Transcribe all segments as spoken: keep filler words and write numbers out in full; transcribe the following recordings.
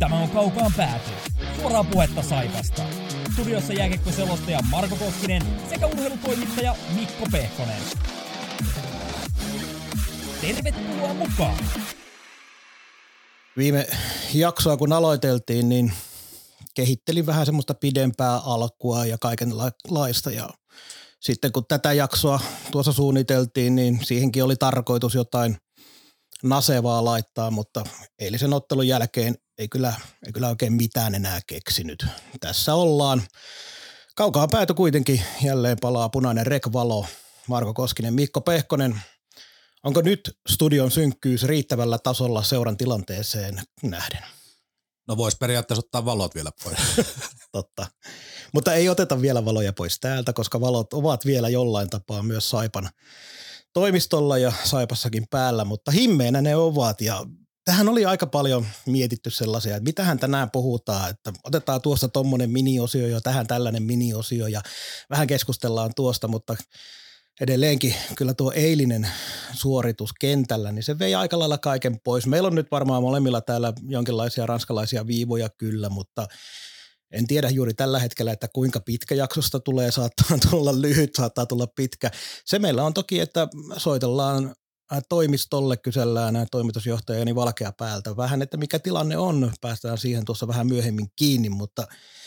Tämä on Kaukaan pääty. Suoraa puhetta Saipasta. Studiossa jääkiekkoselostaja Marko Koskinen sekä urheilutoimittaja Mikko Pehkonen. Tervetuloa mukaan! Viime jaksoa kun aloiteltiin, niin kehittelin vähän semmoista pidempää alkua ja kaikenlaista. Ja sitten kun tätä jaksoa tuossa suunniteltiin, niin siihenkin oli tarkoitus jotain nasevaa laittaa, mutta eilisen ottelun jälkeen ei kyllä, ei kyllä oikein mitään enää keksinyt. Tässä ollaan. Kaukaan pääty kuitenkin jälleen palaa punainen rek-valo. Marko Koskinen, Mikko Pehkonen. Onko nyt studion synkkyys riittävällä tasolla seuran tilanteeseen nähden? No vois periaatteessa ottaa valot vielä pois. Totta. Mutta ei oteta vielä valoja pois täältä, koska valot ovat vielä jollain tapaa myös Saipan toimistolla ja Saipassakin päällä, mutta himmeenä ne ovat. Ja tähän oli aika paljon mietitty sellaisia, että mitähän tänään puhutaan, että otetaan tuosta tommonen mini-osio ja tähän tällainen mini-osio ja vähän keskustellaan tuosta, mutta edelleenkin kyllä tuo eilinen suoritus kentällä, niin se vei aika lailla kaiken pois. Meillä on nyt varmaan molemmilla täällä jonkinlaisia ranskalaisia viivoja kyllä, mutta en tiedä juuri tällä hetkellä, että kuinka pitkä jaksosta tulee, saattaa tulla lyhyt, saattaa tulla pitkä. Se meillä on toki, että soitellaan toimistolle, kysellään toimitusjohtajani Valkeapäältä vähän, että mikä tilanne on. Päästään siihen tuossa vähän myöhemmin kiinni, mutta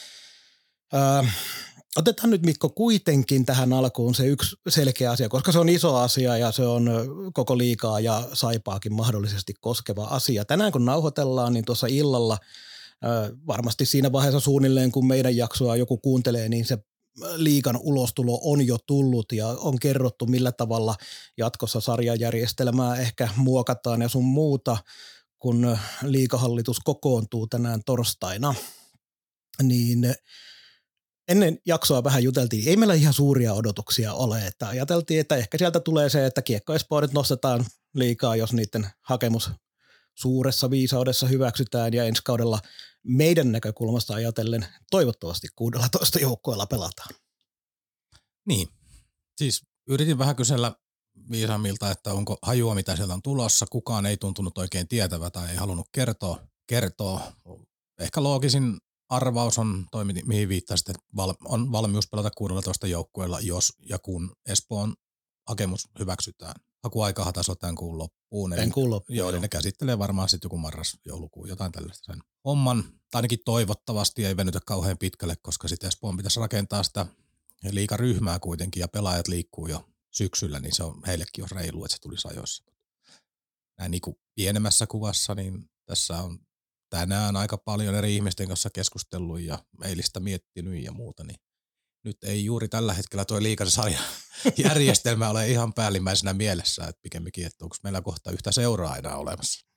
ää, otetaan nyt Mikko kuitenkin tähän alkuun se yksi selkeä asia, koska se on iso asia ja se on koko liigaa ja Saipaakin mahdollisesti koskeva asia. Tänään kun nauhoitellaan, niin tuossa illalla varmasti siinä vaiheessa suunnilleen, kun meidän jaksoa joku kuuntelee, niin se liigan ulostulo on jo tullut ja on kerrottu, millä tavalla jatkossa sarjajärjestelmää ehkä muokataan ja sun muuta, kun liigahallitus kokoontuu tänään torstaina. Niin ennen jaksoa vähän juteltiin, ei meillä ihan suuria odotuksia ole, että ajateltiin, että ehkä sieltä tulee se, että Kiekko Espoo nyt nostetaan liigaa, jos niiden hakemus suuressa viisaudessa hyväksytään ja ensi kaudella meidän näkökulmasta ajatellen toivottavasti kuusitoista joukkueella pelataan. Niin, siis yritin vähän kysellä viisaammilta, että onko hajua mitä sieltä on tulossa. Kukaan ei tuntunut oikein tietävä tai ei halunnut kertoa. kertoa. Ehkä loogisin arvaus on toi, mihin viittasit, että on valmius pelata kuusitoista joukkueella, jos ja kun Espoon hakemus hyväksytään. Hakuaikahan taas on tämän kuun loppuun. Tämän kuun loppuun. Joo, eli ne käsittelee varmaan sitten joku marras, joulukuu, jotain tällaista sen homman. Tai ainakin toivottavasti ei venytä kauhean pitkälle, koska sitten Espoon pitäisi rakentaa sitä liigaryhmää kuitenkin ja pelaajat liikkuu jo syksyllä, niin se on heillekin jo reilu, että se tulisi ajoissa. Näin niin kuin pienemmässä kuvassa, niin tässä on tänään aika paljon eri ihmisten kanssa keskustellut ja eilistä miettinyt ja muuta, niin nyt ei juuri tällä hetkellä tuo liigasarja järjestelmä ole ihan päällimmäisenä mielessä, että pikemminkin, että onko meillä kohta yhtä seuraa enää olemassa.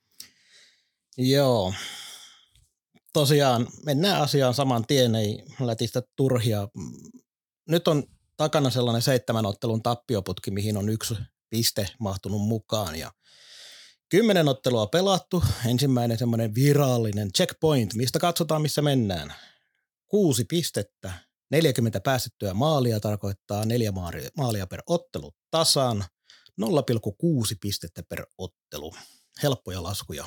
Joo. Tosiaan mennään asiaan saman tien, ei lätistä turhia. Nyt on takana sellainen seitsemän ottelun tappioputki, mihin on yksi piste mahtunut mukaan ja kymmenen ottelua pelattu. Ensimmäinen semmoinen virallinen checkpoint, mistä katsotaan missä mennään. Kuusi pistettä. neljäkymmentä päästettyä maalia tarkoittaa neljä maalia per ottelu tasan, nolla pilkku kuusi pistettä per ottelu. Helppoja laskuja.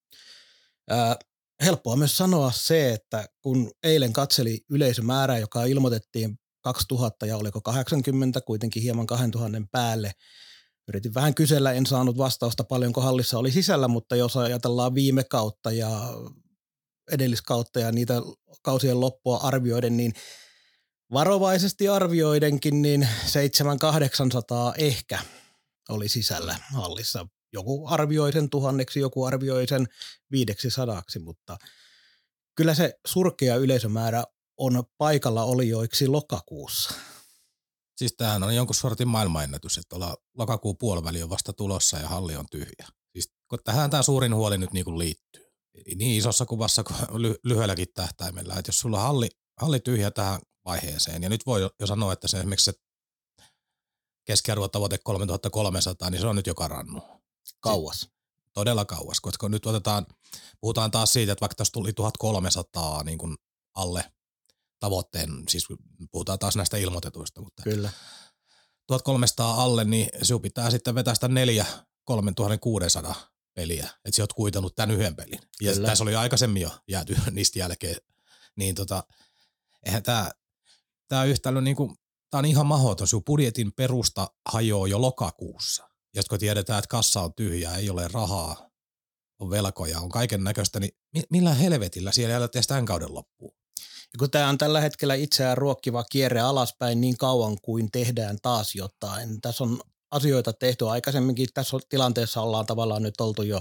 Ää, helppoa myös sanoa se, että kun eilen katseli yleisömäärää, joka ilmoitettiin kaksituhatta ja oliko kahdeksankymmentä, kuitenkin hieman kaksituhatta päälle. Yritin vähän kysellä, en saanut vastausta paljonko hallissa oli sisällä, mutta jos ajatellaan viime kautta ja edelliskautta ja niitä kausien loppua arvioiden, niin varovaisesti arvioidenkin, niin seitsemän kahdeksansataa ehkä oli sisällä hallissa. Joku arvioi sen tuhanneksi, joku arvioi sen viideksi sadaksi, mutta kyllä se surkea yleisömäärä on paikalla olijoiksi lokakuussa. Siis tämähän on jonkun sortin maailmanennätys, että ollaan lokakuun puoliväli on vasta tulossa ja halli on tyhjä. Siis kun tähän tämä suurin huoli nyt niin kuin liittyy. Niin isossa kuvassa kuin ly- lyhyelläkin tähtäimellä, että jos sulla on halli, halli tyhjä tähän vaiheeseen, ja nyt voi jo sanoa, että se esimerkiksi se keskiarvotavoite kolmetuhattakolmesataa, niin se on nyt joka rannu. Kauas. Se, todella kauas, koska nyt otetaan, puhutaan taas siitä, että vaikka tässä tuli tuhatkolmesataa niin kuin alle tavoitteen, siis puhutaan taas näistä ilmoitetuista, mutta kyllä. tuhatkolmesataa alle, niin sinun pitää sitten vetää sitä neljä kolmetuhattakuusisataa peliä, että sä oot kuitannut tämän yhden pelin. Ja Kyllä. tässä oli aikaisemmin jo jääty niistä jälkeen. Niin tota, eihän tää, tää yhtälö niinku, tää on ihan mahdoton. Sun budjetin perusta hajoaa jo lokakuussa. Ja kun tiedetään, että kassa on tyhjä, ei ole rahaa, on velkoja, on kaiken näköistä, niin millä helvetillä siellä jäädä tehdä tämän kauden loppuun? Ja kun tämä on tällä hetkellä itseään ruokkiva kierre alaspäin niin kauan kuin tehdään taas jotain. Tässä on asioita tehty aikaisemminkin. Tässä tilanteessa ollaan tavallaan nyt oltu jo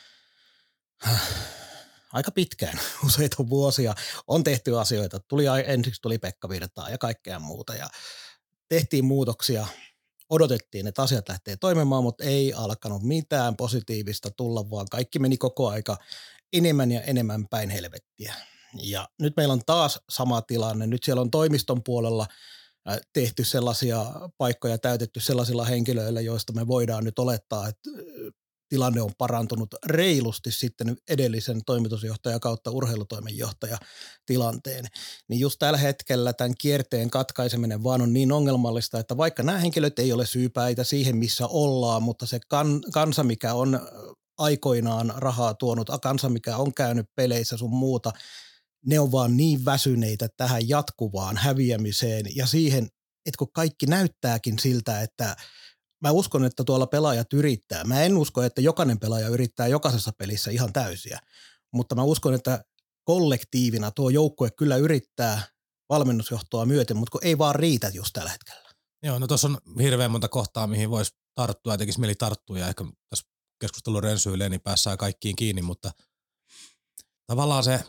aika pitkään, useita vuosia. On tehty asioita. Tuli, ensiksi tuli Pekka Virtaa ja kaikkea muuta ja tehtiin muutoksia. Odotettiin, että asiat lähtee toimimaan, mutta ei alkanut mitään positiivista tulla, vaan kaikki meni koko aika enemmän ja enemmän päin helvettiä. Ja nyt meillä on taas sama tilanne. Nyt siellä on toimiston puolella tehty sellaisia paikkoja, täytetty sellaisilla henkilöillä, joista me voidaan nyt olettaa, että tilanne on parantunut reilusti sitten edellisen toimitusjohtaja kautta urheilutoimenjohtaja tilanteen. Niin just tällä hetkellä tämän kierteen katkaiseminen vaan on niin ongelmallista, että vaikka nämä henkilöt ei ole syypäitä siihen, missä ollaan, mutta se kan, kansa, mikä on aikoinaan rahaa tuonut, kansa, mikä on käynyt peleissä sun muuta, ne on vaan niin väsyneitä tähän jatkuvaan häviämiseen ja siihen, että kun kaikki näyttääkin siltä, että mä uskon, että tuolla pelaajat yrittää. Mä en usko, että jokainen pelaaja yrittää jokaisessa pelissä ihan täysiä, mutta mä uskon, että kollektiivina tuo joukkue kyllä yrittää valmennusjohtoa myöten, mutta kun ei vaan riitä just tällä hetkellä. Joo, no tuossa on hirveän monta kohtaa, mihin voisi tarttua ja tekisi mieli tarttua ja ehkä tässä keskustelu rensyilee, niin päässään kaikkiin kiinni, mutta tavallaan se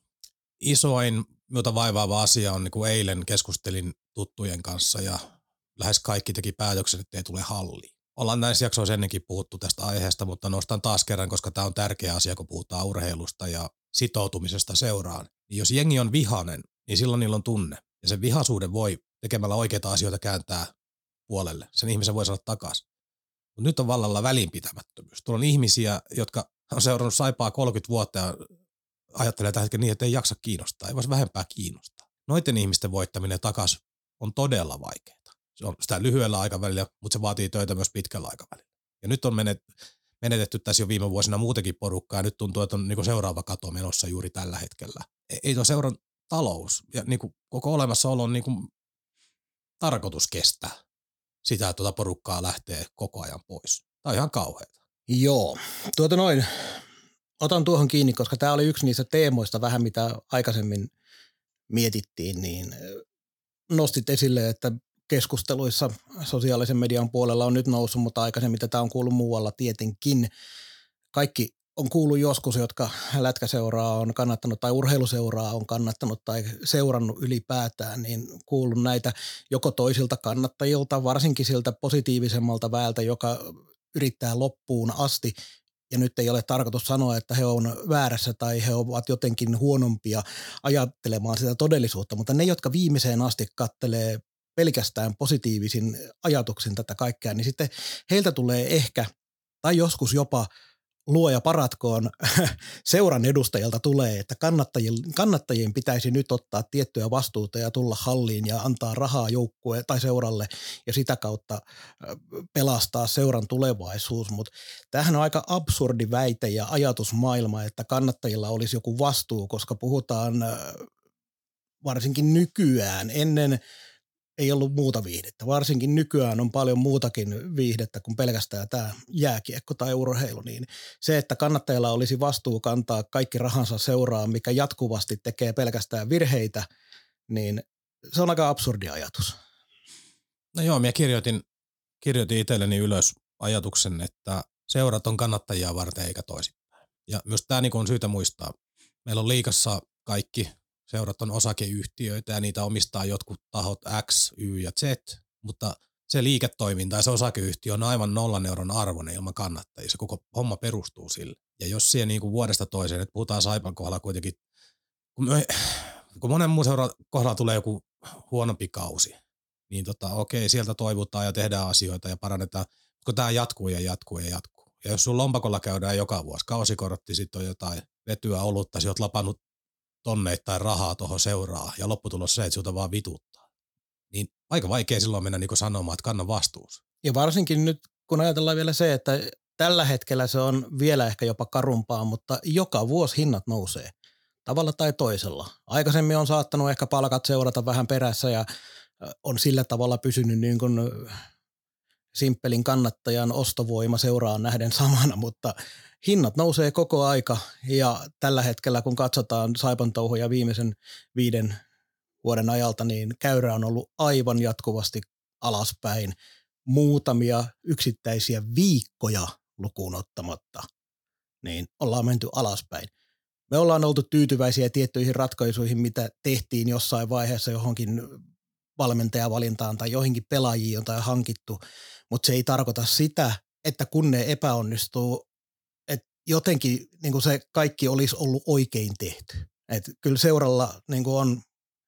isoin, jota vaivaava asia on, niin kuin eilen keskustelin tuttujen kanssa ja lähes kaikki teki päätöksen, että ei tule halliin. Ollaan näissä jaksoissa ennenkin puhuttu tästä aiheesta, mutta nostan taas kerran, koska tämä on tärkeä asia, kun puhutaan urheilusta ja sitoutumisesta seuraan. Niin jos jengi on vihainen, niin silloin niillä on tunne. Ja sen vihaisuuden voi tekemällä oikeita asioita kääntää puolelle. Sen ihmisen voi saada takaisin. Mutta nyt on vallalla välinpitämättömyys. Tuolla on ihmisiä, jotka on seurannut Saipaa kolmekymmentä vuotta ja ajattelee tällä hetkellä niin, että ei jaksa kiinnostaa, ei voisi vähempää kiinnostaa. Noiden ihmisten voittaminen takaisin on todella vaikeaa. Se on sitä lyhyellä aikavälillä, mutta se vaatii töitä myös pitkällä aikavälillä. Ja nyt on menetetty tässä jo viime vuosina muutenkin porukkaa, ja nyt tuntuu, että on niin seuraava kato menossa juuri tällä hetkellä. Ei tuo seuran talous ja niin koko olemassaolo on niin tarkoitus kestää sitä, että tuota porukkaa lähtee koko ajan pois. Tämä on ihan kauheata. Joo, tuota noin. Otan tuohon kiinni, koska tämä oli yksi niistä teemoista vähän, mitä aikaisemmin mietittiin, niin nostit esille, että keskusteluissa sosiaalisen median puolella on nyt noussut, mutta aikaisemmin tätä on kuullut muualla tietenkin. Kaikki on kuullut joskus, jotka lätkäseuraa on kannattanut tai urheiluseuraa on kannattanut tai seurannut ylipäätään, niin kuullut näitä joko toisilta kannattajilta, varsinkin siltä positiivisemmalta väältä, joka yrittää loppuun asti. Ja nyt ei ole tarkoitus sanoa, että he on väärässä tai he ovat jotenkin huonompia ajattelemaan sitä todellisuutta, mutta ne, jotka viimeiseen asti kattelee pelkästään positiivisin ajatuksin tätä kaikkea, niin sitten heiltä tulee ehkä, tai joskus jopa luoja paratkoon seuran edustajilta tulee, että kannattajien, kannattajien pitäisi nyt ottaa tiettyä vastuuta ja tulla halliin ja antaa rahaa joukkue tai seuralle ja sitä kautta pelastaa seuran tulevaisuus. Mutta tämähän on aika absurdi väite ja ajatusmaailma, että kannattajilla olisi joku vastuu, koska puhutaan varsinkin nykyään ennen ei ollut muuta viihdettä. Varsinkin nykyään on paljon muutakin viihdettä kuin pelkästään tämä jääkiekko tai urheilu. Niin se, että kannattajilla olisi vastuu kantaa kaikki rahansa seuraan, mikä jatkuvasti tekee pelkästään virheitä, niin se on aika absurdi ajatus. No joo, minä kirjoitin, kirjoitin itselleni ylös ajatuksen, että seurat on kannattajia varten eikä toisinpäin. Ja myös tämä niin on syytä muistaa. Meillä on liigassa kaikki seurat on osakeyhtiöitä ja niitä omistaa jotkut tahot X, Y ja Z, mutta se liiketoiminta ja se osakeyhtiö on aivan nollan euron arvoinen ilman kannattajia. Se koko homma perustuu sille. Ja jos siihen niin kuin vuodesta toiseen, että puhutaan Saipan kohdalla kuitenkin, kun, me, kun monen muun seuran kohdalla tulee joku huonompi kausi, niin tota, okei, sieltä toivutaan ja tehdään asioita ja parannetaan, kun tämä jatkuu ja jatkuu ja jatkuu. Ja jos sun lompakolla käydään joka vuosi, kausikorotti, sitten on jotain vetyä, olutta, sä oot lapannut tonneittain rahaa tuohon seuraa ja lopputulos se, että sinulta vaan vituttaa. Niin aika vaikea silloin mennä niin sanomaan, että kanna vastuus. Ja varsinkin nyt, kun ajatellaan vielä se, että tällä hetkellä se on vielä ehkä jopa karumpaa, mutta joka vuosi hinnat nousee tavalla tai toisella. Aikaisemmin on saattanut ehkä palkat seurata vähän perässä ja on sillä tavalla pysynyt niin kuin simppelin kannattajan ostovoima seuraa nähden samana, mutta hinnat nousee koko aika ja tällä hetkellä kun katsotaan Saipan touhuja viimeisen viiden vuoden ajalta, niin käyrä on ollut aivan jatkuvasti alaspäin muutamia yksittäisiä viikkoja lukuun ottamatta, niin ollaan menty alaspäin. Me ollaan oltu tyytyväisiä tiettyihin ratkaisuihin, mitä tehtiin jossain vaiheessa johonkin valmentajavalintaan tai joihinkin pelaajiin jotain hankittu, mutta se ei tarkoita sitä, että kun ne epäonnistuu, että jotenkin niin kuin se kaikki olisi ollut oikein tehty. Et kyllä seuralla niin kuin on,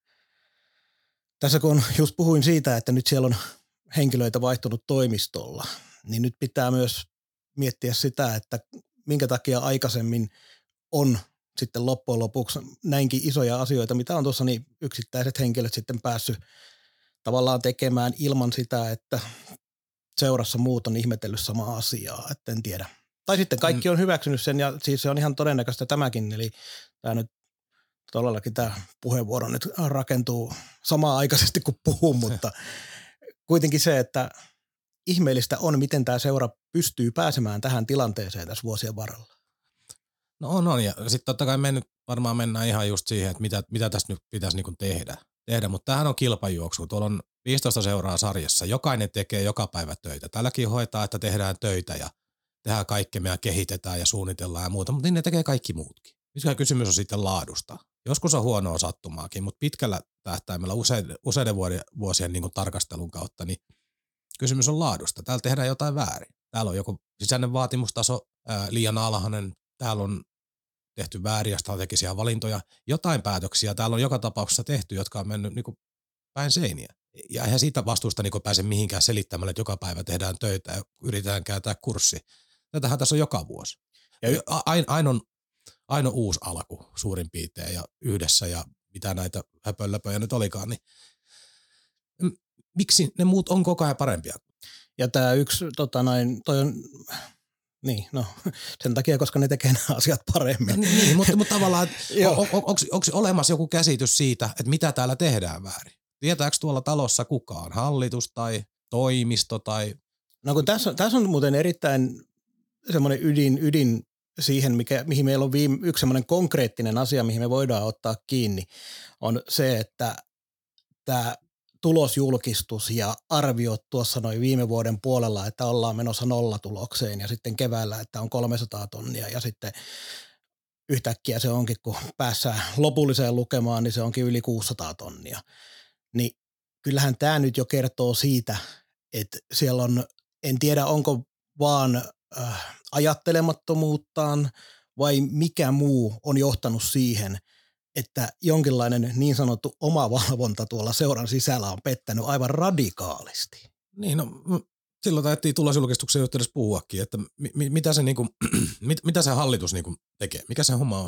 tässä kun just puhuin siitä, että nyt siellä on henkilöitä vaihtunut toimistolla, niin nyt pitää myös miettiä sitä, että minkä takia aikaisemmin on sitten loppujen lopuksi näinkin isoja asioita, mitä on tuossa niin yksittäiset henkilöt sitten päässyt tavallaan tekemään ilman sitä, että seurassa muut on ihmetellyt samaa asiaa, että en tiedä. Tai sitten kaikki on hyväksynyt sen ja siis se on ihan todennäköistä tämäkin, eli tämä nyt todellakin tämä puheenvuoro nyt rakentuu samaan aikaisesti kuin puhun, mutta kuitenkin se, että ihmeellistä on, miten tämä seura pystyy pääsemään tähän tilanteeseen tässä vuosien varrella. No on, on. Ja sitten totta kai me nyt varmaan mennään ihan just siihen, että mitä, mitä tästä nyt pitäisi niinku tehdä. tehdä. Mutta tämähän on kilpajuoksu. Tuolla on viisitoista seuraa sarjassa. Jokainen tekee joka päivä töitä. Tälläkin hoitaa, että tehdään töitä ja tehdään kaikkea ja kehitetään ja suunnitellaan ja muuta. Mutta niin ne tekee kaikki muutkin. Nyt kysymys on sitten laadusta. Joskus on huonoa sattumaakin, mutta pitkällä tähtäimellä useiden, useiden vuosien niin kuin tarkastelun kautta, niin kysymys on laadusta. Täällä tehdään jotain väärin. Täällä on joku sisäinen vaatimustaso ää, liian alhainen. Täällä on tehty vääriä strategisia valintoja. Jotain päätöksiä täällä on joka tapauksessa tehty, jotka on mennyt niin kuin päin seiniä. Ja eihän siitä vastuusta niin kuin pääse mihinkään selittämällä, että joka päivä tehdään töitä ja yritetään kääntää kurssi. Tätähän tässä on joka vuosi. Ja aina ain on, aina on uusi alku suurin piirtein ja yhdessä ja mitä näitä höpölöpöjä nyt olikaan, niin miksi ne muut on koko ajan parempia? Ja tämä yksi, tota noin, toi on, niin no sen takia, koska ne tekee nämä asiat paremmin. Niin, niin mutta, mutta tavallaan, on, on, on, onko olemassa joku käsitys siitä, että mitä täällä tehdään väärin? Tietääkö tuolla talossa kukaan? Hallitus tai toimisto tai? No kun tässä, tässä on muuten erittäin semmoinen ydin, ydin siihen, mikä, mihin meillä on viime, yksi semmoinen konkreettinen asia, mihin me voidaan ottaa kiinni, on se, että tämä tulosjulkistus ja arviot tuossa noin viime vuoden puolella, että ollaan menossa nollatulokseen ja sitten keväällä, että on kolmesataa tonnia ja sitten yhtäkkiä se onkin, kun päässään lopulliseen lukemaan, niin se onkin yli kuusisataa tonnia. Niin kyllähän tämä nyt jo kertoo siitä, että siellä on, en tiedä onko vaan äh, ajattelemattomuuttaan vai mikä muu on johtanut siihen, että jonkinlainen niin sanottu omavalvonta tuolla seuran sisällä on pettänyt aivan radikaalisti. Niin, no silloin taidettiin tulosjulkistuksen yhteydessä puhuakin, että mi- mitä, se niinku, mit- mitä se hallitus niinku tekee, mikä se homma on.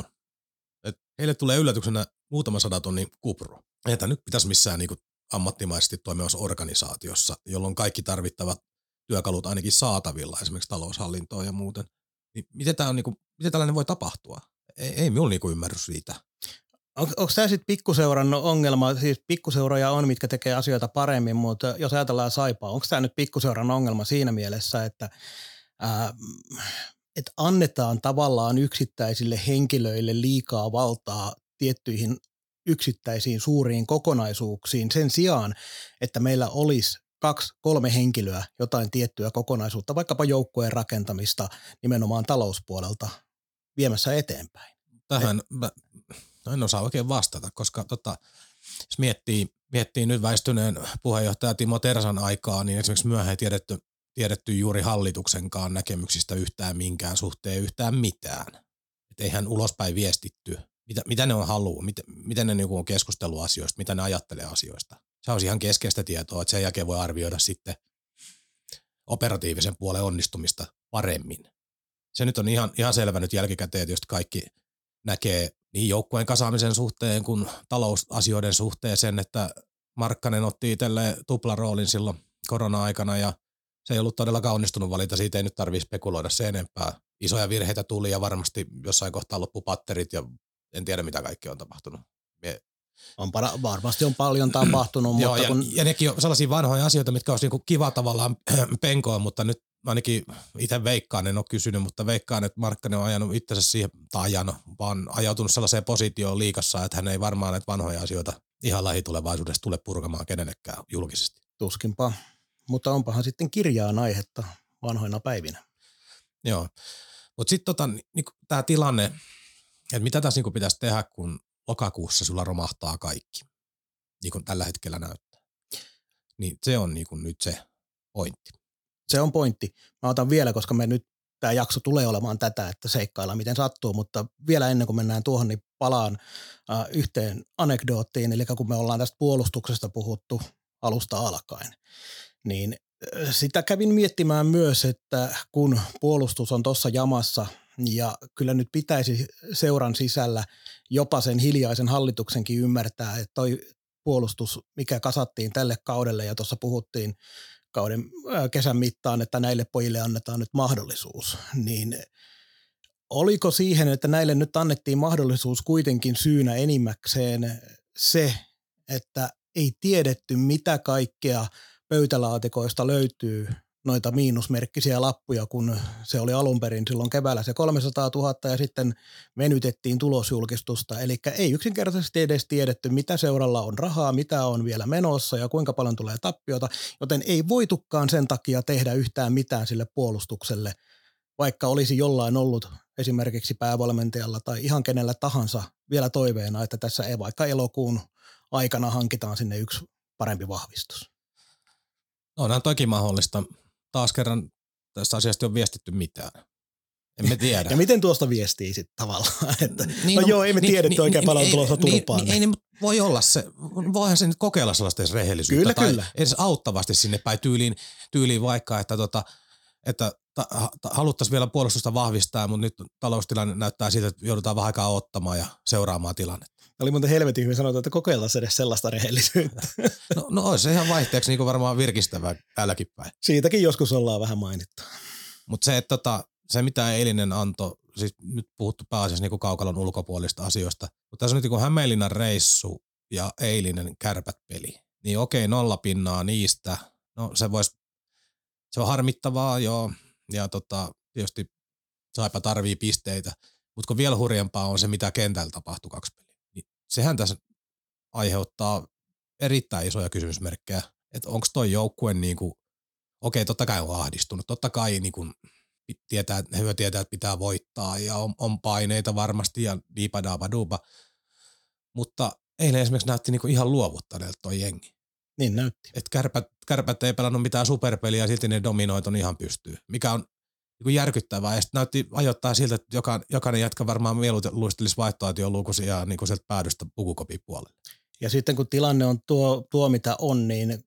Et heille tulee yllätyksenä muutama sata tonnin kupru. Että nyt pitäisi missään niinku ammattimaisesti toimivassa organisaatiossa, jolloin kaikki tarvittavat työkalut ainakin saatavilla, esimerkiksi taloushallintoon ja muuten. Niin miten, tää on niinku, miten tällainen voi tapahtua? Ei, ei minulla niinku ymmärrys siitä. On, onko tämä sitten pikkuseuran ongelma, siis pikkuseuroja on, mitkä tekee asioita paremmin, mutta jos ajatellaan Saipaa, onko tämä nyt pikkuseuran ongelma siinä mielessä, että, ää, että annetaan tavallaan yksittäisille henkilöille liikaa valtaa tiettyihin yksittäisiin suuriin kokonaisuuksiin sen sijaan, että meillä olisi kaksi, kolme henkilöä jotain tiettyä kokonaisuutta, vaikkapa joukkueen rakentamista nimenomaan talouspuolelta viemässä eteenpäin. Tähän mä en osaa oikein vastata, koska tota, jos miettii, miettii nyt väistyneen puheenjohtaja Timo Tersan aikaa, niin esimerkiksi myöhään ei tiedetty, tiedetty juuri hallituksenkaan näkemyksistä yhtään minkään suhteen yhtään mitään. Et eihän ulospäin viestitty, mitä, mitä ne on halua, mit, miten ne niinku on keskustellut asioista, mitä ne ajattelee asioista. Se on ihan keskeistä tietoa, että sen jälkeen voi arvioida sitten operatiivisen puolen onnistumista paremmin. Se nyt on ihan, ihan selvä nyt jälkikäteen, että jos kaikki näkee niin joukkueen kasaamisen suhteen kuin talousasioiden suhteen sen, että Markkanen otti itselleen tuplaroolin silloin korona-aikana ja se ei ollut todellakaan onnistunut valinta, siitä ei nyt tarvitse spekuloida se enempää. Isoja virheitä tuli ja varmasti jossain kohtaa loppu patterit ja en tiedä mitä kaikkea on tapahtunut. Me... On para- varmasti on paljon tapahtunut, Joo, mutta ja, kun... ja nekin on sellaisia vanhoja asioita, mitkä olisi niinku kiva tavallaan penkoa, mutta nyt ainakin itse veikkaan, en ole kysynyt, mutta veikkaan, että Markkanen on ajanut itsensä siihen, tai ajanut, vaan ajautunut sellaiseen positioon liigassa, että hän ei varmaan näitä vanhoja asioita ihan lähitulevaisuudessa tule purkamaan kenellekään julkisesti. Tuskinpa, mutta onpahan sitten kirjaan aihetta vanhoina päivinä. Joo, mutta sitten tota, niin tämä tilanne, että mitä tässä niin pitäisi tehdä, kun lokakuussa sulla romahtaa kaikki, niin kuin tällä hetkellä näyttää, niin se on niin kuin nyt se pointti. Se on pointti. Mä otan vielä, koska me nyt tämä jakso tulee olemaan tätä, että seikkaillaan miten sattuu, mutta vielä ennen kuin mennään tuohon, niin palaan äh, yhteen anekdoottiin, eli kun me ollaan tästä puolustuksesta puhuttu alusta alkaen, niin äh, sitä kävin miettimään myös, että kun puolustus on tuossa jamassa ja kyllä nyt pitäisi seuran sisällä jopa sen hiljaisen hallituksenkin ymmärtää, että toi puolustus, mikä kasattiin tälle kaudelle ja tuossa puhuttiin kauden kesän mittaan, että näille pojille annetaan nyt mahdollisuus, niin oliko siihen, että näille nyt annettiin mahdollisuus kuitenkin syynä enimmäkseen se, että ei tiedetty mitä kaikkea pöytälaatikoista löytyy noita miinusmerkkisiä lappuja, kun se oli alun perin silloin keväällä se kolmesataatuhatta ja sitten venytettiin tulosjulkistusta. Eli ei yksinkertaisesti edes tiedetty, mitä seuralla on rahaa, mitä on vielä menossa ja kuinka paljon tulee tappiota, joten ei voitukaan sen takia tehdä yhtään mitään sille puolustukselle, vaikka olisi jollain ollut esimerkiksi päävalmentajalla tai ihan kenellä tahansa vielä toiveena, että tässä ei vaikka elokuun aikana hankitaan sinne yksi parempi vahvistus. No, onhan toki mahdollista. Taas kerran tästä asiasta ei ole viestitty mitään. Emme tiedä. Ja miten tuosta viestii sitten tavallaan? Että, niin, no, no joo, ei me niin, tiedetty niin, oikein niin, paljon niin, tulossa niin, turpaan. Niin, ei, niin, voi olla se. Voihan se nyt kokeilla sellaista edes rehellisyyttä. Kyllä, tai kyllä. edes auttavasti sinne päin tyyliin, tyyliin vaikka, että, tota, että ta, ta, haluttaisiin vielä puolustusta vahvistaa, mutta nyt taloustilanne näyttää siltä, että joudutaan vähän aikaa ottamaan ja seuraamaan tilannetta. Oli muuten helvetin hyvin sanottu, että kokeillaan edes sellaista rehellisyyttä. No, no olisi se ihan vaihteeksi niin kuin varmaan virkistävää täälläkin päin. Siitäkin joskus ollaan vähän mainittu. Mutta se, että tota, se mitä eilinen antoi, siis nyt puhuttu pääasiassa niin kuin kaukalon ulkopuolista asioista, mutta tässä on nyt niin kuin Hämeenlinnan reissu ja eilinen Kärpät-peli. Niin okei, nolla pinnaa niistä. No se voisi, se on harmittavaa, joo. Ja tota, tietysti Saipa tarvii pisteitä. Mutta kun vielä hurjempaa on se, mitä kentällä tapahtui kaksi peliä. Niin sehän tässä aiheuttaa erittäin isoja kysymysmerkkejä. Että onko toi joukkue niin kuin, okei, totta kai on ahdistunut. Totta kai niin kuin, tietää, hyvä tietää, että pitää voittaa ja on, on paineita varmasti ja diipadabaduba. Mutta eilen esimerkiksi näytti niin kuin ihan luovuttaneelta toi jengi. Niin näytti. Että kärpät, kärpät ei pelannut mitään superpeliä ja silti ne dominoit on ihan pystyy. Mikä on niin kuin järkyttävää. Ja sitten näytti ajoittaa siltä, että joka, jokainen jätkä varmaan mieluiten luistelisi vaihtoehtoja lukuisia niin kuin sieltä päädystä pukukopin puolelle. Ja sitten kun tilanne on tuo, tuo mitä on, niin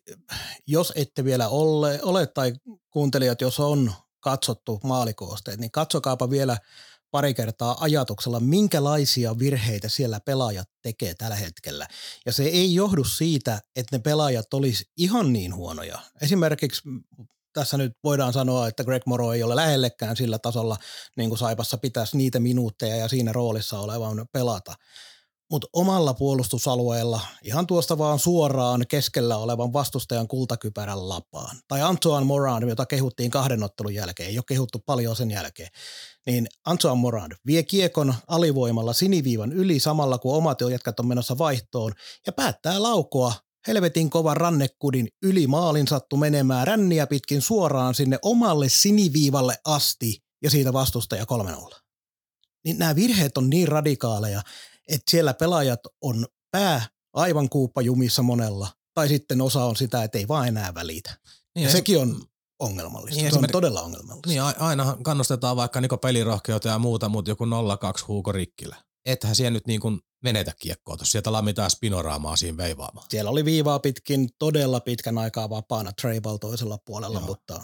jos ette vielä ole, ole tai kuuntelijat, jos on katsottu maalikoosteet, niin katsokaapa vielä pari kertaa ajatuksella, minkälaisia virheitä siellä pelaajat tekee tällä hetkellä. Ja se ei johdu siitä, että ne pelaajat olisi ihan niin huonoja. Esimerkiksi tässä nyt voidaan sanoa, että Greg Morrow ei ole lähellekään sillä tasolla, niin kuin Saipassa pitäisi niitä minuutteja ja siinä roolissa olevan pelata. Mutta omalla puolustusalueella ihan tuosta vaan suoraan keskellä olevan vastustajan kultakypärän lapaan. Tai Antoine Morand, jota kehuttiin kahden ottelun jälkeen, ei ole kehuttu paljon sen jälkeen. Niin Antoine Morand vie kiekon alivoimalla siniviivan yli samalla kun omat jätkät on menossa vaihtoon ja päättää laukoa helvetin kovan rannekudin yli maalin sattu menemään ränniä pitkin suoraan sinne omalle siniviivalle asti ja siitä vastustaja kolme nolla. Niin nämä virheet on niin radikaaleja, että siellä pelaajat on pää aivan kuuppajumissa monella, tai sitten osa on sitä, että ei vaan enää välitä. Niin ja sekin on ongelmallista. Niin se on todella ongelmallista. Niin aina kannustetaan vaikka niinku pelirohkeutta ja muuta, mutta joku nolla kaksi Hugo Rikkilä. Ethän siellä nyt niin kuin menetä kiekkoa tuossa. Sieltä ollaan mitään spinoraamaa siinä veivaamaan. Siellä oli viivaa pitkin todella pitkän aikaa vapaana Treibal toisella puolella, Joo. mutta...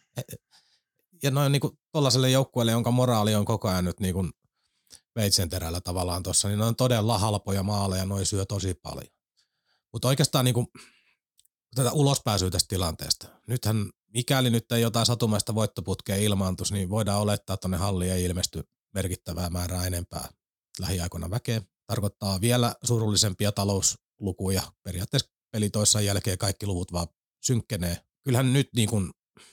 Ja noin niin kuin tuollaiselle joukkueelle, jonka moraali on koko ajan nyt niin kuin veitsen terällä tavallaan tuossa, niin ne on todella halpoja maaleja, noi syö tosi paljon. Mutta oikeastaan niin kuin tätä ulospääsyä tästä tilanteesta. Nythän mikäli nyt ei jotain satumaista voittoputkea ilmaantuisi, niin voidaan olettaa, että tuonne halliin ei ilmesty merkittävää määrää enempää lähiaikoina väkeä. Tarkoittaa vielä surullisempia talouslukuja. Periaatteessa peli toissain jälkeen kaikki luvut vaan synkkenee. Kyllähän nyt niin kuin,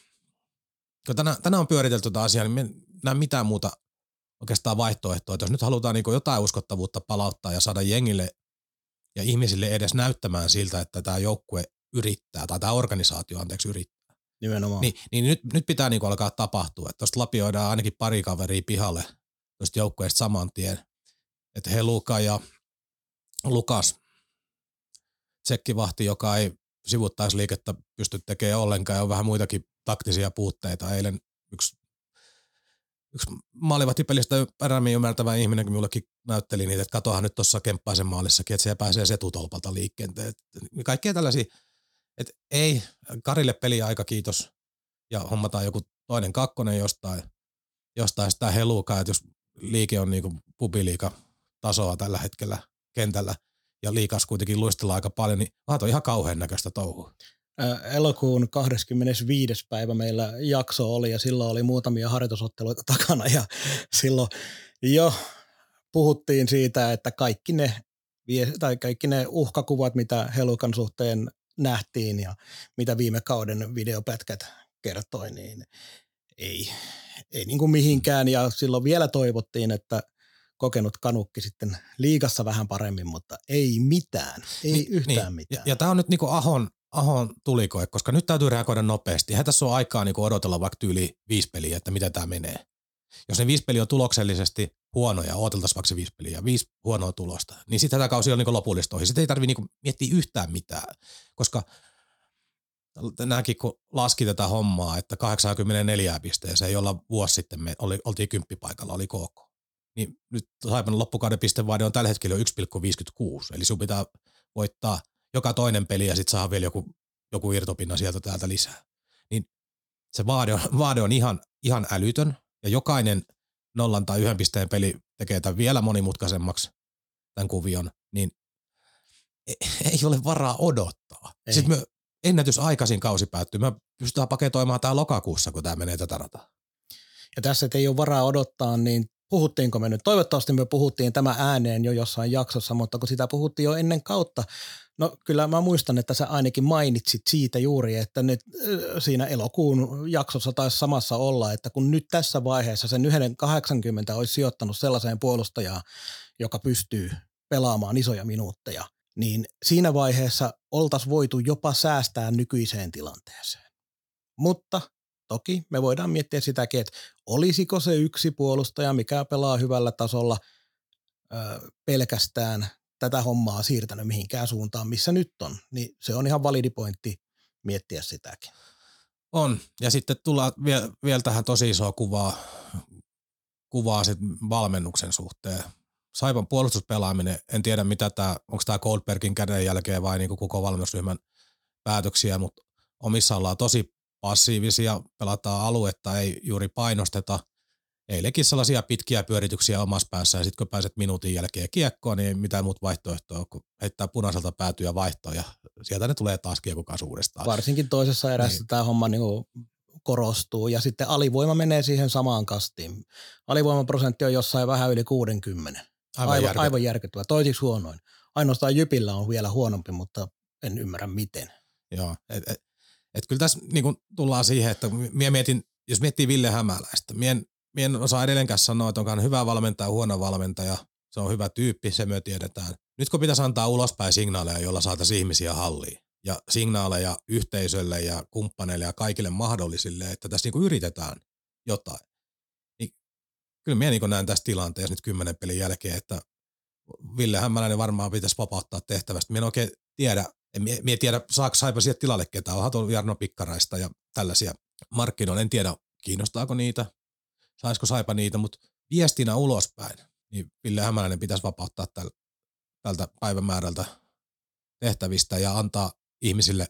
kun tänään, tänään on pyöritelty tätä asiaa, niin me näe mitään muuta oikeastaan vaihtoehtoa. Että jos nyt halutaan niin kuin jotain uskottavuutta palauttaa ja saada jengille ja ihmisille edes näyttämään siltä, että tämä joukkue yrittää, tai tämä organisaatio anteeksi yrittää. Nimenomaan. Niin, niin nyt, nyt pitää niin kuin alkaa tapahtua. Että tuosta lapioidaan ainakin pari kaveria pihalle tuosta joukkueesta saman tien. Että Heluka ja Lukas, tsekkivahti, joka ei sivuttaisliikettä pysty tekemään ollenkaan ja on vähän muitakin taktisia puutteita. Eilen yksi, yksi maalivahtipelistä paremmin ymmärtävä ihminen, kun minullekin näytteli niitä, että katohan nyt tuossa Kemppaisen maalissakin, että siellä pääsee setutolpalta liikenteen. Kaikkea tällaisia, että ei, Karille peliaika kiitos ja hommataan joku toinen kakkonen jostain, jostain sitä Helukaa, että jos liike on niin kuin pubiliiga tasoa tällä hetkellä kentällä ja liikas kuitenkin luistellaan aika paljon, niin on ihan kauhean näköistä touhua. Elokuun kahdeskymmenesviides päivä meillä jakso oli ja silloin oli muutamia harjoitusotteluita takana ja silloin jo puhuttiin siitä, että kaikki ne, tai kaikki ne uhkakuvat, mitä Helukan suhteen nähtiin ja mitä viime kauden videopätkät kertoi, niin ei, ei niin kuin mihinkään ja silloin vielä toivottiin, että kokenut kanukki sitten liigassa vähän paremmin, mutta ei mitään, ei niin, yhtään niin. mitään. Ja, ja tämä on nyt niinku Ahon, Ahon tulikoe, koska nyt täytyy reagoida nopeasti. Eihän tässä ole aikaa niinku odotella vaikka tyyli viisi peliä, että miten tämä menee. Jos ne viisi peliä on tuloksellisesti huonoja, odoteltaisiin vaikka se viisi peliä ja viisi huonoa tulosta, niin sitten tätä kausi on niinku lopullista ohi. Sitten ei tarvitse niinku miettiä yhtään mitään, koska nämäkin kun laski tätä hommaa, että kahdeksankymmentäneljä pisteeseen, jolla vuosi sitten me oli, oltiin kymppipaikalla, oli K K. Niin nyt Saipan loppukauden pistevaade on tällä hetkellä yksi pilkku viisikymmentäkuusi, eli sun pitää voittaa joka toinen peli ja sitten saa vielä joku, joku irtopinna sieltä täältä lisää. Niin se vaade on, vaade on ihan, ihan älytön ja jokainen nollan tai yhden pisteen peli tekee tämän vielä monimutkaisemmaksi tämän kuvion, niin ei, ei ole varaa odottaa. Ei. Sitten me ennätys aikaisin kausi päättyy. Me pystytään paketoimaan tämä lokakuussa, kun tämä menee tätä rataa. Ja tässä, että ei ole varaa odottaa, niin puhuttiinko me nyt? Toivottavasti me puhuttiin tämä ääneen jo jossain jaksossa, mutta kun sitä puhuttiin jo ennen kautta, no kyllä mä muistan, että sä ainakin mainitsit siitä juuri, että nyt siinä elokuun jaksossa taisi samassa olla, että kun nyt tässä vaiheessa sen yhden kahdeksankymmentä olisi sijoittanut sellaiseen puolustajaan, joka pystyy pelaamaan isoja minuutteja, niin siinä vaiheessa oltaisiin voitu jopa säästää nykyiseen tilanteeseen. Mutta toki me voidaan miettiä sitäkin, että olisiko se yksi puolustaja, mikä pelaa hyvällä tasolla ö, pelkästään tätä hommaa siirtänyt mihinkään suuntaan, missä nyt on. Niin se on ihan validi pointti miettiä sitäkin. On. Ja sitten tullaan vielä, vielä tähän tosi isoa kuvaa, kuvaa sit valmennuksen suhteen. Saipan puolustuspelaaminen, en tiedä mitä tämä, onko tämä Goldbergin käden jälkeen vai niinku koko valmennusryhmän päätöksiä, mutta omissa ollaan tosi passiivisia, pelataan aluetta, ei juuri painosteta. Eilenkin sellaisia pitkiä pyörityksiä omassa päässä ja sitten kun pääset minuutin jälkeen kiekkoon, niin mitään muut vaihtoehtoa, kun heittää punaiselta päätyä vaihtoa ja sieltä ne tulee taas kiekkokas uudestaan. Varsinkin toisessa erässä niin. Tämä homma niinku korostuu ja sitten alivoima menee siihen samaan kastiin. Alivoimaprosentti on jossain vähän yli kuusikymmentä. Aivan, aivan, järkyttävä. aivan järkyttävä. Toisiksi huonoin. Ainoastaan Jypillä on vielä huonompi, mutta en ymmärrä miten. Joo, et, et, et kyllä tässä niin tullaan siihen, että mie mietin, jos miettii Ville Hämäläistä, mie Mie en osaa edelleenkään sanoa, että onkaan hyvä valmentaja, huono valmentaja, se on hyvä tyyppi, se me tiedetään. Nyt kun pitäisi antaa ulospäin signaaleja, joilla saataisiin ihmisiä halliin ja signaaleja yhteisölle ja kumppaneille ja kaikille mahdollisille, että tässä niinku yritetään jotain, niin kyllä minä niinku näen tässä tilanteessa nyt kymmenen pelin jälkeen, että Ville Hämäläinen varmaan pitäisi vapauttaa tehtävästä. Minä en oikein tiedä, en mie tiedä saako Saipa sieltä tilalle ketään, onhan tuolla Jarno Pikkaraista ja tällaisia markkinoilla, en tiedä kiinnostaako niitä. Saisiko Saipa niitä, mutta viestinä ulospäin, niin Ville Hämäläinen pitäisi vapauttaa täl, tältä päivämäärältä tehtävistä ja antaa ihmisille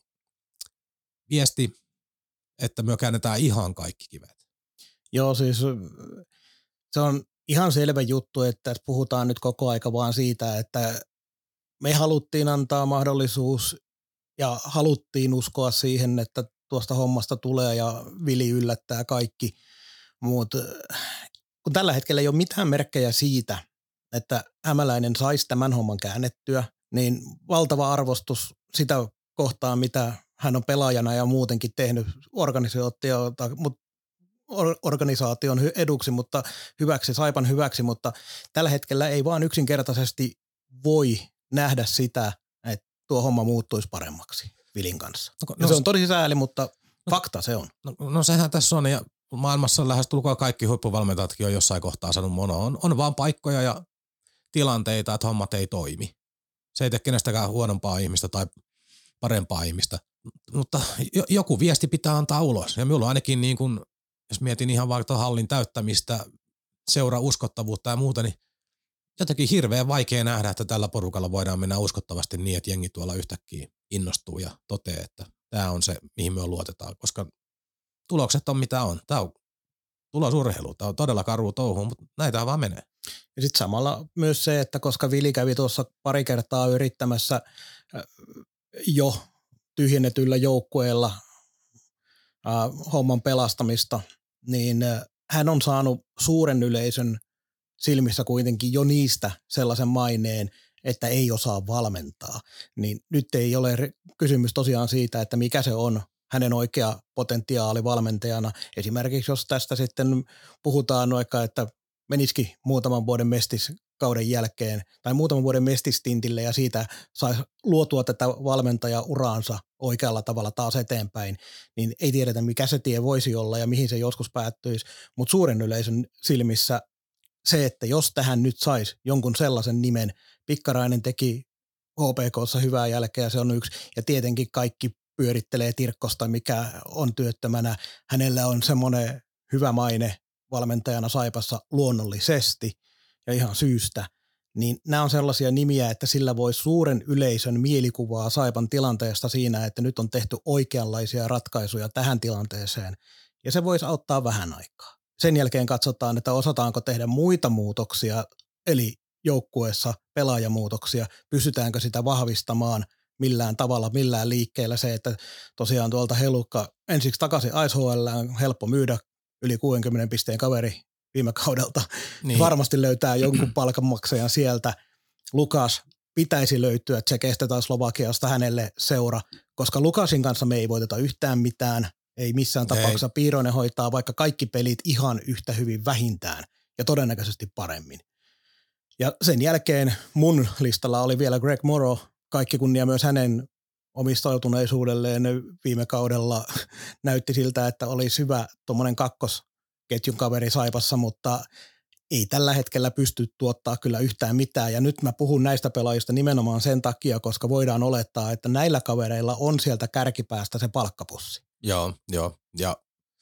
viesti, että me käännetään ihan kaikki kivet. Joo, siis se on ihan selvä juttu, että puhutaan nyt koko aika vaan siitä, että me haluttiin antaa mahdollisuus ja haluttiin uskoa siihen, että tuosta hommasta tulee ja Vili yllättää kaikki. Mutta kun tällä hetkellä ei ole mitään merkkejä siitä, että Hämäläinen saisi tämän homman käännettyä, niin valtava arvostus sitä kohtaan, mitä hän on pelaajana ja muutenkin tehnyt organisaatiota, mutta organisaation eduksi, mutta hyväksi, Saipan hyväksi, mutta tällä hetkellä ei vaan yksinkertaisesti voi nähdä sitä, että tuo homma muuttuisi paremmaksi Vilin kanssa. No, no, se on tosi sääli, mutta no, fakta se on. No, no sehän tässä on, ja maailmassa lähestulkoon kaikki huippuvalmentajatkin on jossain kohtaa sanonut mono. On, on vaan paikkoja ja tilanteita, että hommat ei toimi. Se ei tee kenestäkään huonompaa ihmistä tai parempaa ihmistä, mutta joku viesti pitää antaa ulos. Ja minulla on ainakin niin kuin, jos mietin ihan vaikka hallin täyttämistä, seuraa uskottavuutta ja muuta, niin jotenkin hirveän vaikea nähdä, että tällä porukalla voidaan mennä uskottavasti niin, että jengi tuolla yhtäkkiä innostuu ja toteaa, että tämä on se, mihin me luotetaan, koska tulokset on mitä on. Tämä on tulosurheilu, tämä on todella karua touhu, mutta näitä vaan menee. Ja sitten samalla myös se, että koska Vili kävi tuossa pari kertaa yrittämässä jo tyhjennetyllä joukkueella äh, homman pelastamista, niin äh, hän on saanut suuren yleisön silmissä kuitenkin jo niistä sellaisen maineen, että ei osaa valmentaa. Niin nyt ei ole kysymys tosiaan siitä, että mikä se on hänen oikea potentiaali valmentajana. Esimerkiksi jos tästä sitten puhutaan vaikka, että menisikin muutaman vuoden mestiskauden jälkeen tai muutaman vuoden mestistintille ja siitä saisi luotua tätä valmentajauraansa oikealla tavalla taas eteenpäin, niin ei tiedetä mikä se tie voisi olla ja mihin se joskus päättyisi, mutta suuren yleisön silmissä se, että jos tähän nyt saisi jonkun sellaisen nimen, Pikkarainen teki H P K:ssa hyvää jälkeä ja se on yksi, ja tietenkin kaikki pyörittelee Tirkkosta, mikä on työttömänä. Hänellä on semmoinen hyvä maine valmentajana Saipassa luonnollisesti ja ihan syystä, niin nämä on sellaisia nimiä, että sillä voi suuren yleisön mielikuvaa Saipan tilanteesta siinä, että nyt on tehty oikeanlaisia ratkaisuja tähän tilanteeseen, ja se voisi auttaa vähän aikaa. Sen jälkeen katsotaan, että osataanko tehdä muita muutoksia, eli joukkueessa pelaajamuutoksia, pystytäänkö sitä vahvistamaan millään tavalla, millään liikkeellä se, että tosiaan tuolta Helukka ensiksi takaisin I S H L on helppo myydä yli kuudenkymmenen pisteen kaveri viime kaudelta. Niin. Varmasti löytää jonkun palkanmaksajan sieltä. Lukas pitäisi löytyä Tsekeistä tai Slovakiasta hänelle seura, koska Lukasin kanssa me ei voiteta yhtään mitään, ei missään tapauksessa. Piiroinen hoitaa vaikka kaikki pelit ihan yhtä hyvin vähintään ja todennäköisesti paremmin. Ja sen jälkeen mun listalla oli vielä Greg Morrow, kaikki kunnia myös hänen omistautuneisuudelleen viime kaudella näytti siltä, että olisi hyvä tuommoinen kakkosketjun kaveri Saipassa, mutta ei tällä hetkellä pysty tuottaa kyllä yhtään mitään. Ja nyt mä puhun näistä pelaajista nimenomaan sen takia, koska voidaan olettaa, että näillä kavereilla on sieltä kärkipäästä se palkkapussi. Joo, joo. Ja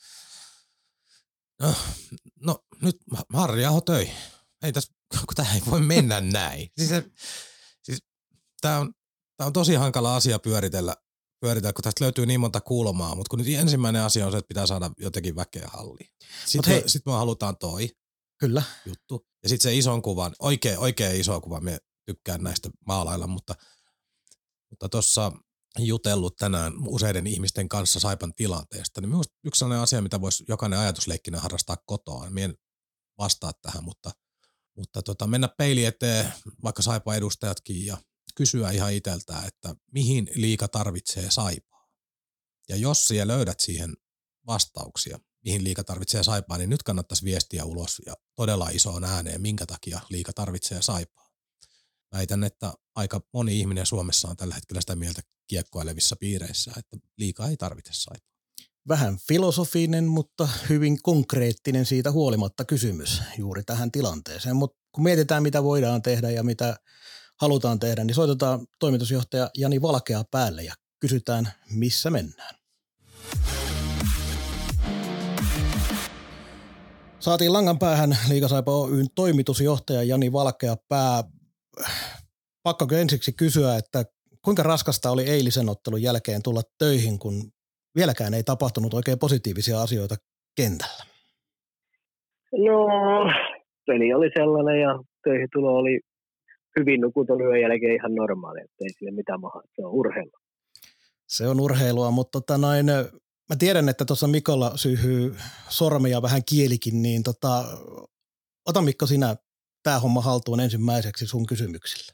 no, no nyt Harri Aho töi. Ei tässä, kun tämä ei voi mennä näin. Siis, siis tämä on Tämä on tosi hankala asia pyöritellä, pyöritellä, kun tästä löytyy niin monta kulmaa, mutta kun nyt ensimmäinen asia on se, että pitää saada jotenkin väkeä halliin. Sitten me, sit me halutaan toi Kyllä. juttu. Ja sitten se ison kuvan, oikein, oikein iso kuva, me tykkään näistä maalailla, mutta mutta tuossa jutellut tänään useiden ihmisten kanssa Saipan tilanteesta, niin minusta yksi sellainen asia, mitä voisi jokainen ajatusleikkinen harrastaa kotoa, minä en vastaa tähän, mutta, mutta tota, mennä peili eteen, vaikka Saipan edustajatkin ja kysyä ihan itseltään, että mihin liiga tarvitsee Saipaa. Ja jos siellä löydät siihen vastauksia, mihin liiga tarvitsee Saipaa, niin nyt kannattaisi viestiä ulos ja todella isoon ääneen, minkä takia liiga tarvitsee Saipaa. Väitän, että aika moni ihminen Suomessa on tällä hetkellä sitä mieltä kiekkoilevissa piireissä, että liiga ei tarvitse Saipaa. Vähän filosofinen, mutta hyvin konkreettinen siitä huolimatta kysymys juuri tähän tilanteeseen. Mutta kun mietitään, mitä voidaan tehdä ja mitä halutaan tehdä, niin soitetaan toimitusjohtaja Jani Valkea päälle ja kysytään, missä mennään. Saatiin langan päähän Liiga Saipa Oyn toimitusjohtaja Jani Valkea pää. Pakko ensiksi kysyä, että kuinka raskasta oli eilisen ottelun jälkeen tulla töihin, kun vieläkään ei tapahtunut oikein positiivisia asioita kentällä? No, peli oli sellainen ja töihin tulo oli hyvin nukutun yön jälkeen ihan normaali, että ei sille mitään mahaa. Se on urheilua. Se on urheilua, mutta tota noin, Mä tiedän, että tuossa Mikolla syyhyy sormeja vähän kielikin, niin tota, ota Mikko sinä tämä homma haltuun ensimmäiseksi sun kysymyksillä.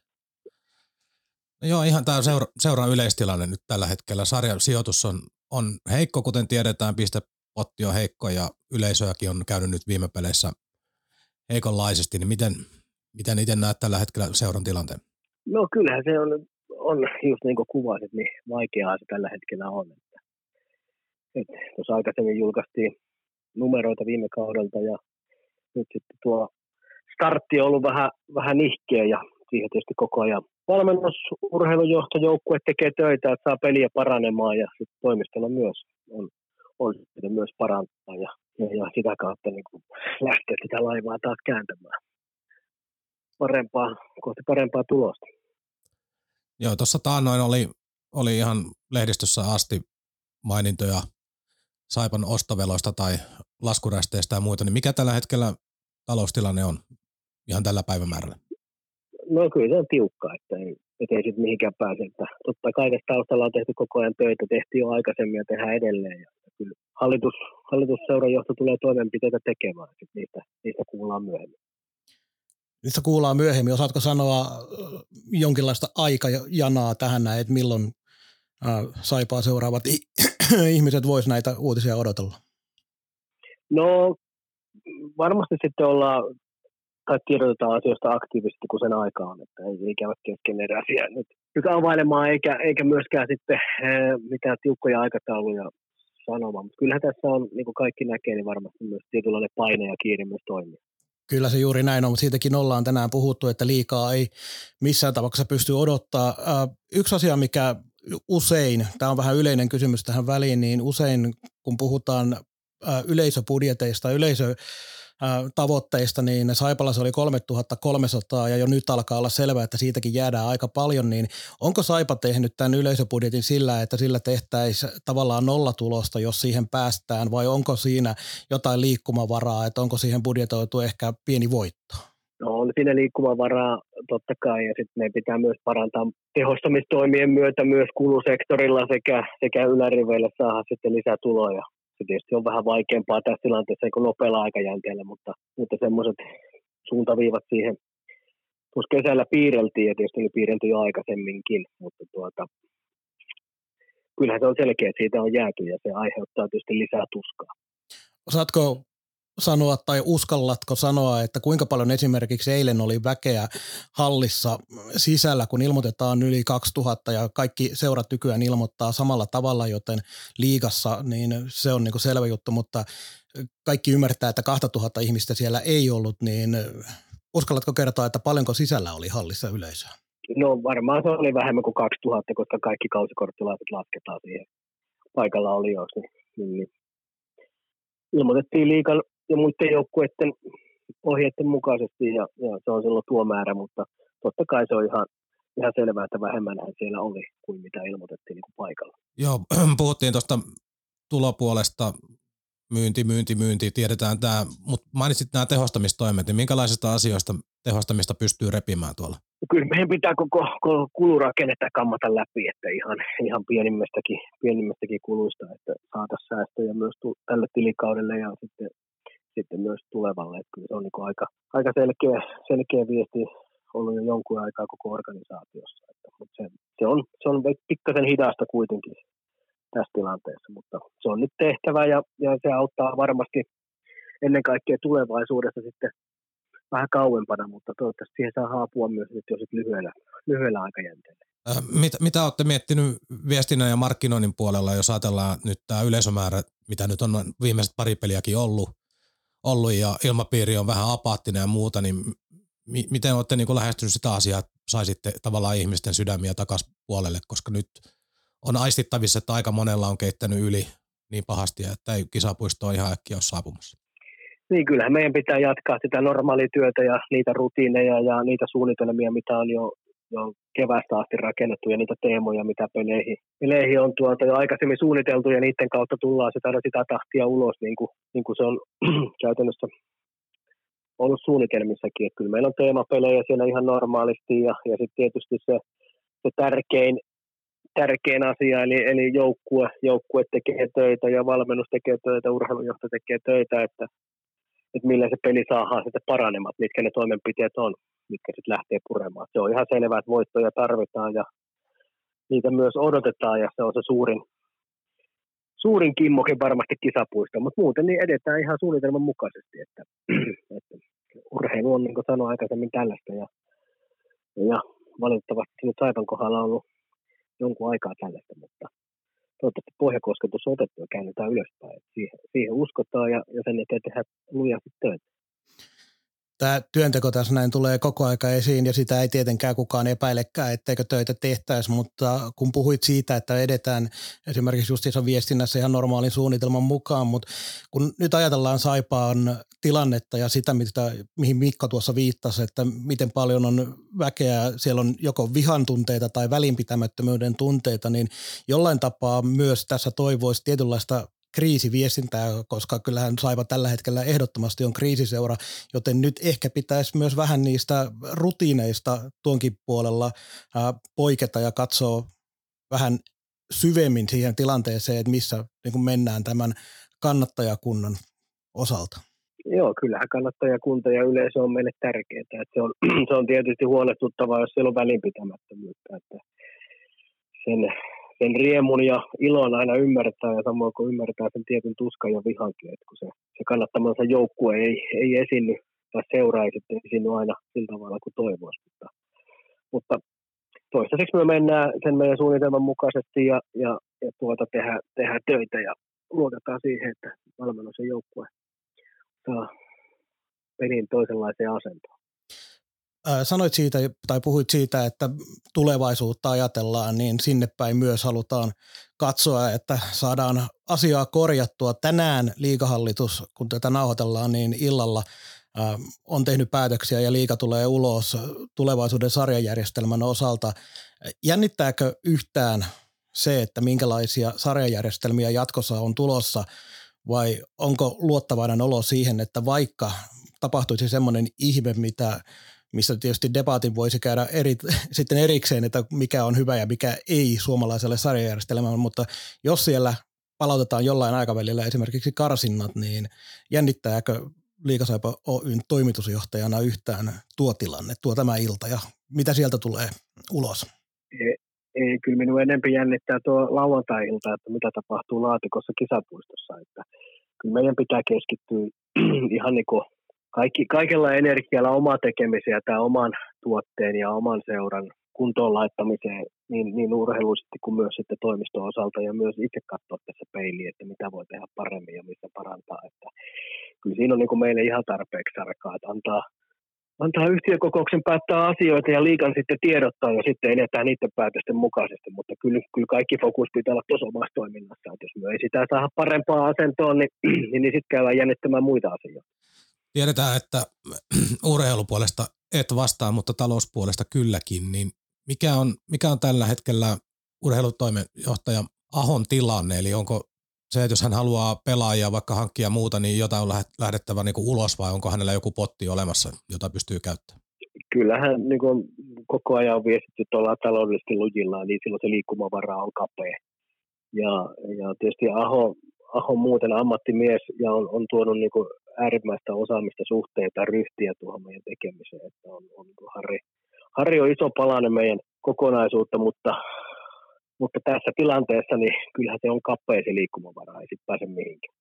No joo, ihan tämä seura, seuran yleistilanne nyt tällä hetkellä. Sarjan sijoitus on, on heikko, kuten tiedetään, pistepotti on heikko ja yleisöäkin on käynyt nyt viime peleissä heikonlaisesti. Niin miten, miten itse näet tällä hetkellä seuran tilanteen? No kyllähän se on, on just niin kuin kuvasit, niin vaikeaa se tällä hetkellä on. Että, että tuossa aikaisemmin julkaistiin numeroita viime kaudelta ja nyt sitten tuo startti on ollut vähän, vähän nihkeä ja siihen tietysti koko ajan valmennus, urheilujohto, joukkue tekee töitä, että saa peliä paranemaan ja sitten toimistolla myös on, on myös parantaa ja, ja, ja sitä kautta niin kuin lähteä sitä laivaa taas kääntämään parempaa, kohti parempaa tulosta. Joo, tuossa taannoin oli, oli ihan lehdistössä asti mainintoja Saipan ostoveloista tai laskurästeistä ja muuta, niin mikä tällä hetkellä taloustilanne on ihan tällä päivämäärällä? No kyllä se on tiukka, että ei, et ei sitten mihinkään pääse. Että totta kai tässä taustalla on tehty koko ajan töitä, tehtiin jo aikaisemmin ja tehdään edelleen. Ja kyllä hallitus, hallitusseuran johto tulee toimenpiteitä tekemään, että niistä, niistä kuullaan myöhemmin. Niistä kuullaan myöhemmin. Osaatko sanoa jonkinlaista aikajanaa tähän näin, että milloin äh, Saipaa seuraavat ihmiset vois näitä uutisia odotella? No varmasti sitten ollaan tai tiedotetaan asioista aktiivisesti, kun sen aika on, että ei, ei käydä keskeneräisiä nyt, nyt availemaan, eikä, eikä myöskään sitten e, mitään tiukkoja aikatauluja sanomaan. Mutta kyllähän tässä on, niin kuin kaikki näkee, niin varmasti myös tietynlainen paine ja kiire myös toimii. Kyllä se juuri näin on, mutta siitäkin ollaan tänään puhuttu, että liikaa ei missään tapauksessa pysty odottaa. Äh, yksi asia, mikä usein, tämä on vähän yleinen kysymys tähän väliin, niin usein kun puhutaan äh, yleisöbudjeteista, yleisö tavoitteista, niin Saipalla se oli kolmetuhattakolmesataa ja jo nyt alkaa olla selvää, että siitäkin jäädään aika paljon, niin onko Saipa tehnyt tämän yleisöbudjetin sillä, että sillä tehtäisiin tavallaan nollatulosta, jos siihen päästään, vai onko siinä jotain liikkumavaraa, että onko siihen budjetoitu ehkä pieni voitto? No on siinä liikkumavaraa totta kai, ja sitten meidän pitää myös parantaa tehostamistoimien myötä myös kulusektorilla sekä, sekä yläriveillä saada sitten lisää tuloja. Se tietysti on vähän vaikeampaa tässä tilanteessa kuin nopealla aikajänteellä, mutta, mutta semmoiset suuntaviivat siihen tuossa kesällä piirreltiin ja tietysti oli piirrelty jo aikaisemminkin, mutta tuota, kyllähän se on selkeä, että siitä on jääty ja se aiheuttaa tietysti lisää tuskaa. Osaatko sanoa tai uskallatko sanoa, että kuinka paljon esimerkiksi eilen oli väkeä hallissa sisällä, kun ilmoitetaan yli kaksituhatta ja kaikki seurat nykyään ilmoittaa samalla tavalla, joten liigassa niin se on niin kuin selvä juttu, mutta kaikki ymmärtää, että kaksituhatta ihmistä siellä ei ollut, niin uskallatko kertoa, että paljonko sisällä oli hallissa yleisöä? No varmaan se oli vähemmän kuin kaksituhatta, koska kaikki kausikorttilaiset lasketaan siihen paikalla olijoiksi, niin, niin ilmoitettiin liigan ja muiden joukkueiden ohjeiden mukaisesti ja, ja se on silloin tuo määrä, mutta totta kai se on ihan, ihan selvää, että vähemmänhän siellä oli kuin mitä ilmoitettiin niin kuin paikalla. Joo, puhuttiin tuosta tulopuolesta, myynti, myynti, myynti, tiedetään tämä, mutta mainitsit nämä tehostamistoimet, niin minkälaisista asioista tehostamista pystyy repimään tuolla? Kyllä meidän pitää koko, koko kulurakennetta kammata läpi, että ihan, ihan pienimmästäkin, pienimmästäkin kuluista, että saataisiin säästöjä myös tälle tilikaudelle ja sitten, sitten myös tulevalle. Että kyllä se on niin kuin aika, aika selkeä, selkeä viesti ollut jo jonkun aikaa koko organisaatiossa. Että, mutta se, se, on, se on pikkasen hidasta kuitenkin tässä tilanteessa, mutta se on nyt tehtävä ja, ja se auttaa varmasti ennen kaikkea tulevaisuudessa sitten vähän kauempana, mutta toivottavasti siihen saa apua myös nyt jo sit lyhyellä, lyhyellä aikajänteellä. Mitä, mitä olette miettinyt viestinnän ja markkinoinnin puolella, jos ajatellaan nyt tämä yleisömäärä, mitä nyt on viimeiset pari peliäkin ollut, ollut ja ilmapiiri on vähän apaattinen ja muuta, niin mi, miten olette niin lähestynyt sitä asiaa, että saisitte tavallaan ihmisten sydämiä takaisin puolelle, koska nyt on aistittavissa, että aika monella on keittänyt yli niin pahasti, että ei kisapuistoa ihan äkkiä ole saapumassa. Niin kyllähän meidän pitää jatkaa sitä normaalia työtä ja niitä rutiineja ja niitä suunnitelmia, mitä on jo, jo keväästä asti rakennettu ja niitä teemoja, mitä peleihin, peleihin on tuolta jo aikaisemmin suunniteltu ja niiden kautta tullaan sitä, sitä tahtia ulos, niin kuin, niin kuin se on käytännössä ollut suunnitelmissakin. Että kyllä meillä on teemapelejä siellä ihan normaalisti ja, ja sitten tietysti se, se tärkein tärkein asia, eli, eli joukkue, joukkue tekee töitä ja valmennus tekee töitä, urheilujohto tekee töitä, että, että millä se peli saadaan sitten paranemat, mitkä ne toimenpiteet on, mitkä sitten lähtee puremaan. Se on ihan selvää, että voittoja tarvitaan ja niitä myös odotetaan ja se on se suurin, suurin kimmokin varmasti kisapuista, mutta muuten niin edetään ihan suunnitelman mukaisesti, että, että urheilu on, niin kuin sanoin aikaisemmin, tällaista ja, ja valitettavasti nyt Saipan kohdalla on ollut jonkun aikaa tällaista, mutta toivottavasti pohjakosketus on otettu ja käännytään ylöspäin. Siihen, siihen uskotaan ja, ja sen eteen tehdään lujasti töitä. Tämä työnteko tässä näin tulee koko aika esiin ja sitä ei tietenkään kukaan epäilekään, etteikö töitä tehtäisi, mutta kun puhuit siitä, että edetään esimerkiksi justiinsa viestinnässä ihan normaalin suunnitelman mukaan, mutta kun nyt ajatellaan Saipaan tilannetta ja sitä, mitä, mihin Mikko tuossa viittasi, että miten paljon on väkeä, siellä on joko vihan tunteita tai välinpitämättömyyden tunteita, niin jollain tapaa myös tässä toivoisi tietynlaista kriisiviestintää, koska kyllähän Saipa tällä hetkellä ehdottomasti on kriisiseura, joten nyt ehkä pitäisi myös vähän niistä rutiineista tuonkin puolella ää, poiketa ja katsoa vähän syvemmin siihen tilanteeseen, että missä niin kuin mennään tämän kannattajakunnan osalta. Joo, kyllähän kannattajakunta ja yleisö on meille tärkeää. Että se, on, se on tietysti huolestuttavaa, jos siellä on välinpitämättömyyttä. Että sen Sen riemun ja ilon aina ymmärtää ja samoin kuin ymmärtää sen tietyn tuskan ja vihankin, että kun se, se kannattamansa joukkue ei, ei esiinny tai seuraa ei sitten esiinny aina sillä tavalla kuin toivoisi. Mutta, mutta toistaiseksi me mennään sen meidän suunnitelman mukaisesti ja, ja, ja tuota tehdään, tehdään töitä ja luotetaan siihen, että valmennus ja joukkue saa pelin toisenlaiseen asentoon. Sanoit siitä tai puhuit siitä, että tulevaisuutta ajatellaan, niin sinne päin myös halutaan katsoa, että saadaan asiaa korjattua. Tänään liigahallitus, kun tätä nauhoitellaan, niin illalla on tehnyt päätöksiä ja liiga tulee ulos tulevaisuuden sarjajärjestelmän osalta. Jännittääkö yhtään se, että minkälaisia sarjajärjestelmiä jatkossa on tulossa vai onko luottavainen olo siihen, että vaikka tapahtuisi semmoinen ihme, mitä missä tietysti debaatin voisi käydä eri, sitten erikseen, että mikä on hyvä ja mikä ei suomalaiselle sarjajärjestelmälle, mutta jos siellä palautetaan jollain aikavälillä esimerkiksi karsinnat, niin jännittääkö Liiga-Saipa Oyn toimitusjohtajana yhtään tuo tilanne, tuo tämä ilta ja mitä sieltä tulee ulos? Ei, ei kyllä minun enemmän jännittää tuo lauantai-ilta, että mitä tapahtuu laatikossa kisapuistossa, että kyllä meidän pitää keskittyä ihan niin kuin Kaikki, kaikella energialla oma tekemiseen tai oman tuotteen ja oman seuran kuntoon laittamiseen niin, niin urheilullisesti kuin myös sitten toimiston osalta ja myös itse katsoa tässä peiliin, että mitä voi tehdä paremmin ja missä parantaa. Että kyllä siinä on niin kuin meille ihan tarpeeksi sarkaa, että antaa, antaa yhtiökokouksen päättää asioita ja liigan sitten tiedottaa ja sitten edetään niiden päätösten mukaisesti, mutta kyllä, kyllä kaikki fokus pitää olla tuossa omassa toiminnassa, että jos me ei sitä saada parempaa asentoon, niin, niin, niin sitten käydään jännittämään muita asioita. Tiedetään, että urheilupuolesta et vastaa, mutta talouspuolesta kylläkin, niin mikä on, mikä on tällä hetkellä urheilutoimenjohtaja Ahon tilanne, eli onko se, että jos hän haluaa pelaajia vaikka hankkia muuta, niin jotain on lähdettävä niin kuin ulos vai onko hänellä joku potti olemassa, jota pystyy käyttämään? Kyllähän niin kuin koko ajan on viestitty tuolla taloudellisesti lujillaan, niin silloin se liikkumavara on kapea. Ja, ja tietysti Aho, Aho muuten ammattimies ja on, on tuonut niin kuin äärimmäistä osaamista, suhteita, ryhtiä tuohon meidän tekemiseen. Että on, on niin kuin Harri, Harri on iso palanen meidän kokonaisuutta, mutta, mutta tässä tilanteessa niin kyllähän se on kapea se liikkumavara, ei sitten pääse mihinkään.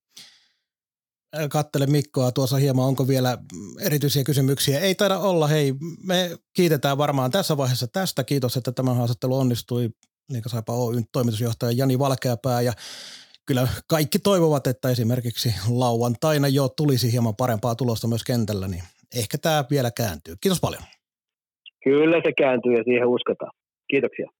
Kattele Mikkoa tuossa hieman, onko vielä erityisiä kysymyksiä? Ei taida olla, hei, me kiitetään varmaan tässä vaiheessa tästä. Kiitos, että tämä haastattelu onnistui. Liiga-Saipa Oyn toimitusjohtaja Jani Valkeapää ja kyllä kaikki toivovat, että esimerkiksi lauantaina jo tulisi hieman parempaa tulosta myös kentällä, niin ehkä tämä vielä kääntyy. Kiitos paljon. Kyllä se kääntyy ja siihen uskotaan. Kiitoksia.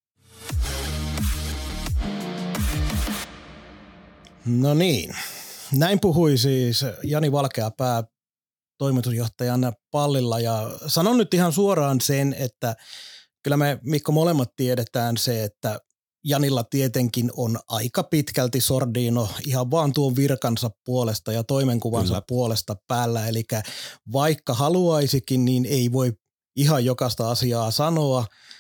No niin, näin puhui siis Jani Valkeapää toimitusjohtajan pallilla ja sanon nyt ihan suoraan sen, että kyllä me Mikko molemmat tiedetään se, että Janilla tietenkin on aika pitkälti sordiino ihan vaan tuon virkansa puolesta ja toimenkuvansa Kyllä. puolesta päällä. Eli vaikka haluaisikin, niin ei voi ihan jokaista asiaa sanoa.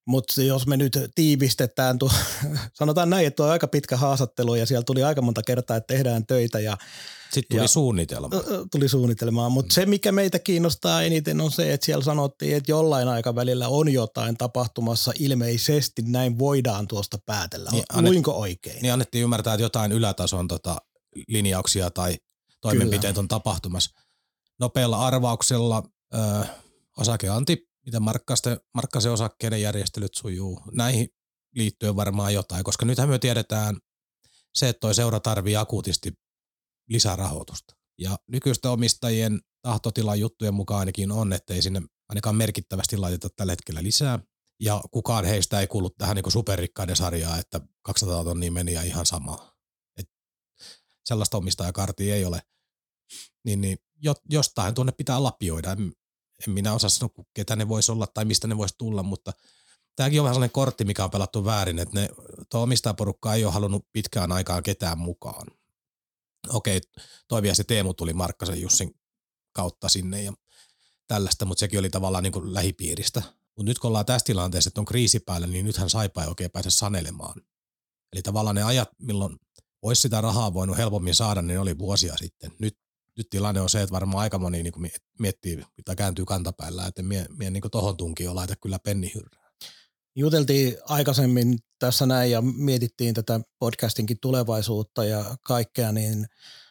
Mutta jos me nyt tiivistetään, tuo, sanotaan näin, että on aika pitkä haastattelu ja siellä tuli aika monta kertaa, että tehdään töitä. Ja, Sitten tuli ja, suunnitelma. Tuli suunnitelmaa, mutta mm. se mikä meitä kiinnostaa eniten on se, että siellä sanottiin, että jollain aikavälillä on jotain tapahtumassa ilmeisesti, näin voidaan tuosta päätellä. Niin Luinko oikein? Niin annettiin ymmärtää, että jotain ylätason tota, linjauksia tai toimenpiteet on tapahtumassa. Nopealla arvauksella ö, osakeanti, miten Markkasen, Markkasen osakkeiden järjestelyt sujuu. Näihin liittyen varmaan jotain, koska nythän me tiedetään se, että toi seura tarvii akuutisti lisärahoitusta. Ja nykyisten omistajien tahtotilan juttujen mukaan ainakin on, että ei sinne ainakaan merkittävästi laiteta tällä hetkellä lisää. Ja kukaan heistä ei kuulu tähän niin kuin superrikkaiden sarjaan, että kaksisataa tonnia meni ja ihan samaa. Et sellaista omistajakartia ei ole. Niin, niin jostain tuonne pitää lapioida. En, en minä osaa sanoa, ketä ne voisi olla tai mistä ne voisi tulla, mutta tämäkin on vähän sellainen kortti, mikä on pelattu väärin, että ne, tuo omistajaporukka ei ole halunnut pitkään aikaan ketään mukaan. Okei, Toivi se Teemu tuli Markkasen Jussin kautta sinne ja tällaista, mutta sekin oli tavallaan niin kuin lähipiiristä. Mutta nyt kun ollaan tässä tilanteessa, että on kriisi päällä, niin nythän Saipa ei oikein pääse sanelemaan. Eli tavallaan ne ajat, milloin olisi sitä rahaa voinut helpommin saada, niin oli vuosia sitten. Nyt, nyt tilanne on se, että varmaan aika moni niin kuin miettii tai kääntyy kantapäällä, että mie, mie niin kuin tohon tunkioon laita kyllä pennihyrrää. Juteltiin aikaisemmin tässä näin ja mietittiin tätä podcastinkin tulevaisuutta ja kaikkea, niin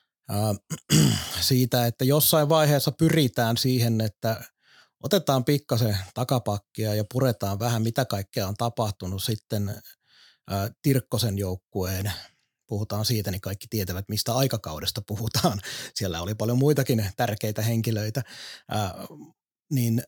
äh, siitä, että jossain vaiheessa pyritään siihen, että otetaan pikkasen takapakkia ja puretaan vähän, mitä kaikkea on tapahtunut sitten äh, Tirkkosen joukkueen. Puhutaan siitä, niin kaikki tietävät, mistä aikakaudesta puhutaan. Siellä oli paljon muitakin tärkeitä henkilöitä. Äh, niin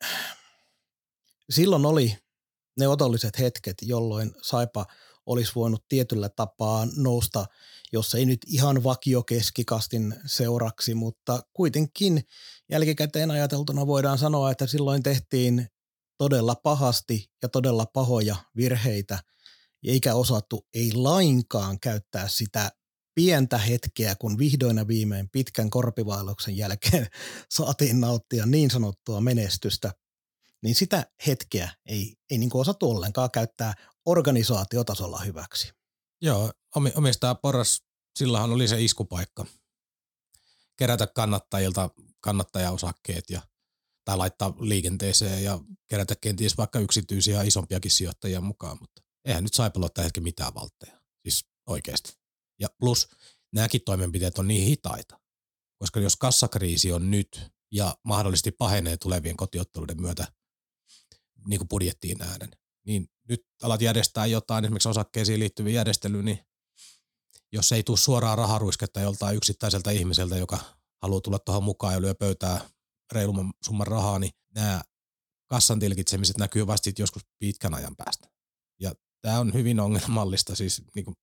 silloin oli ne otolliset hetket, jolloin Saipa olisi voinut tietyllä tapaa nousta, jos ei nyt ihan vakiokeskikastin seuraksi, mutta kuitenkin jälkikäteen ajateltuna voidaan sanoa, että silloin tehtiin todella pahasti ja todella pahoja virheitä, eikä osattu ei lainkaan käyttää sitä pientä hetkeä, kun vihdoin ja viimein pitkän korpivaelluksen jälkeen saatiin nauttia niin sanottua menestystä. Niin sitä hetkeä ei, ei niin kuin osattu ollenkaan käyttää organisaatiotasolla hyväksi. Joo, omistaja porras, sillähän oli se iskupaikka. Kerätä kannattajilta kannattajaosakkeet ja, tai laittaa liikenteeseen ja kerätä kenties vaikka yksityisiä isompiakin sijoittajia mukaan, mutta eihän nyt Saipalla ole tällä hetkellä mitään valtteja, siis oikeasti. Ja plus nämäkin toimenpiteet on niin hitaita, koska jos kassakriisi on nyt ja mahdollisesti pahenee tulevien kotiotteluiden myötä, niin kuin budjettiin nähden, niin nyt alat järjestää jotain, esimerkiksi osakkeisiin liittyviä järjestelyä, niin jos ei tule suoraa raharuisketta joltain yksittäiseltä ihmiseltä, joka haluaa tulla tuohon mukaan ja lyö pöytää reilumman summan rahaa, niin nämä kassan tilkitsemiset näkyy vasta joskus pitkän ajan päästä. Ja tämä on hyvin ongelmallista, siis niin kuin,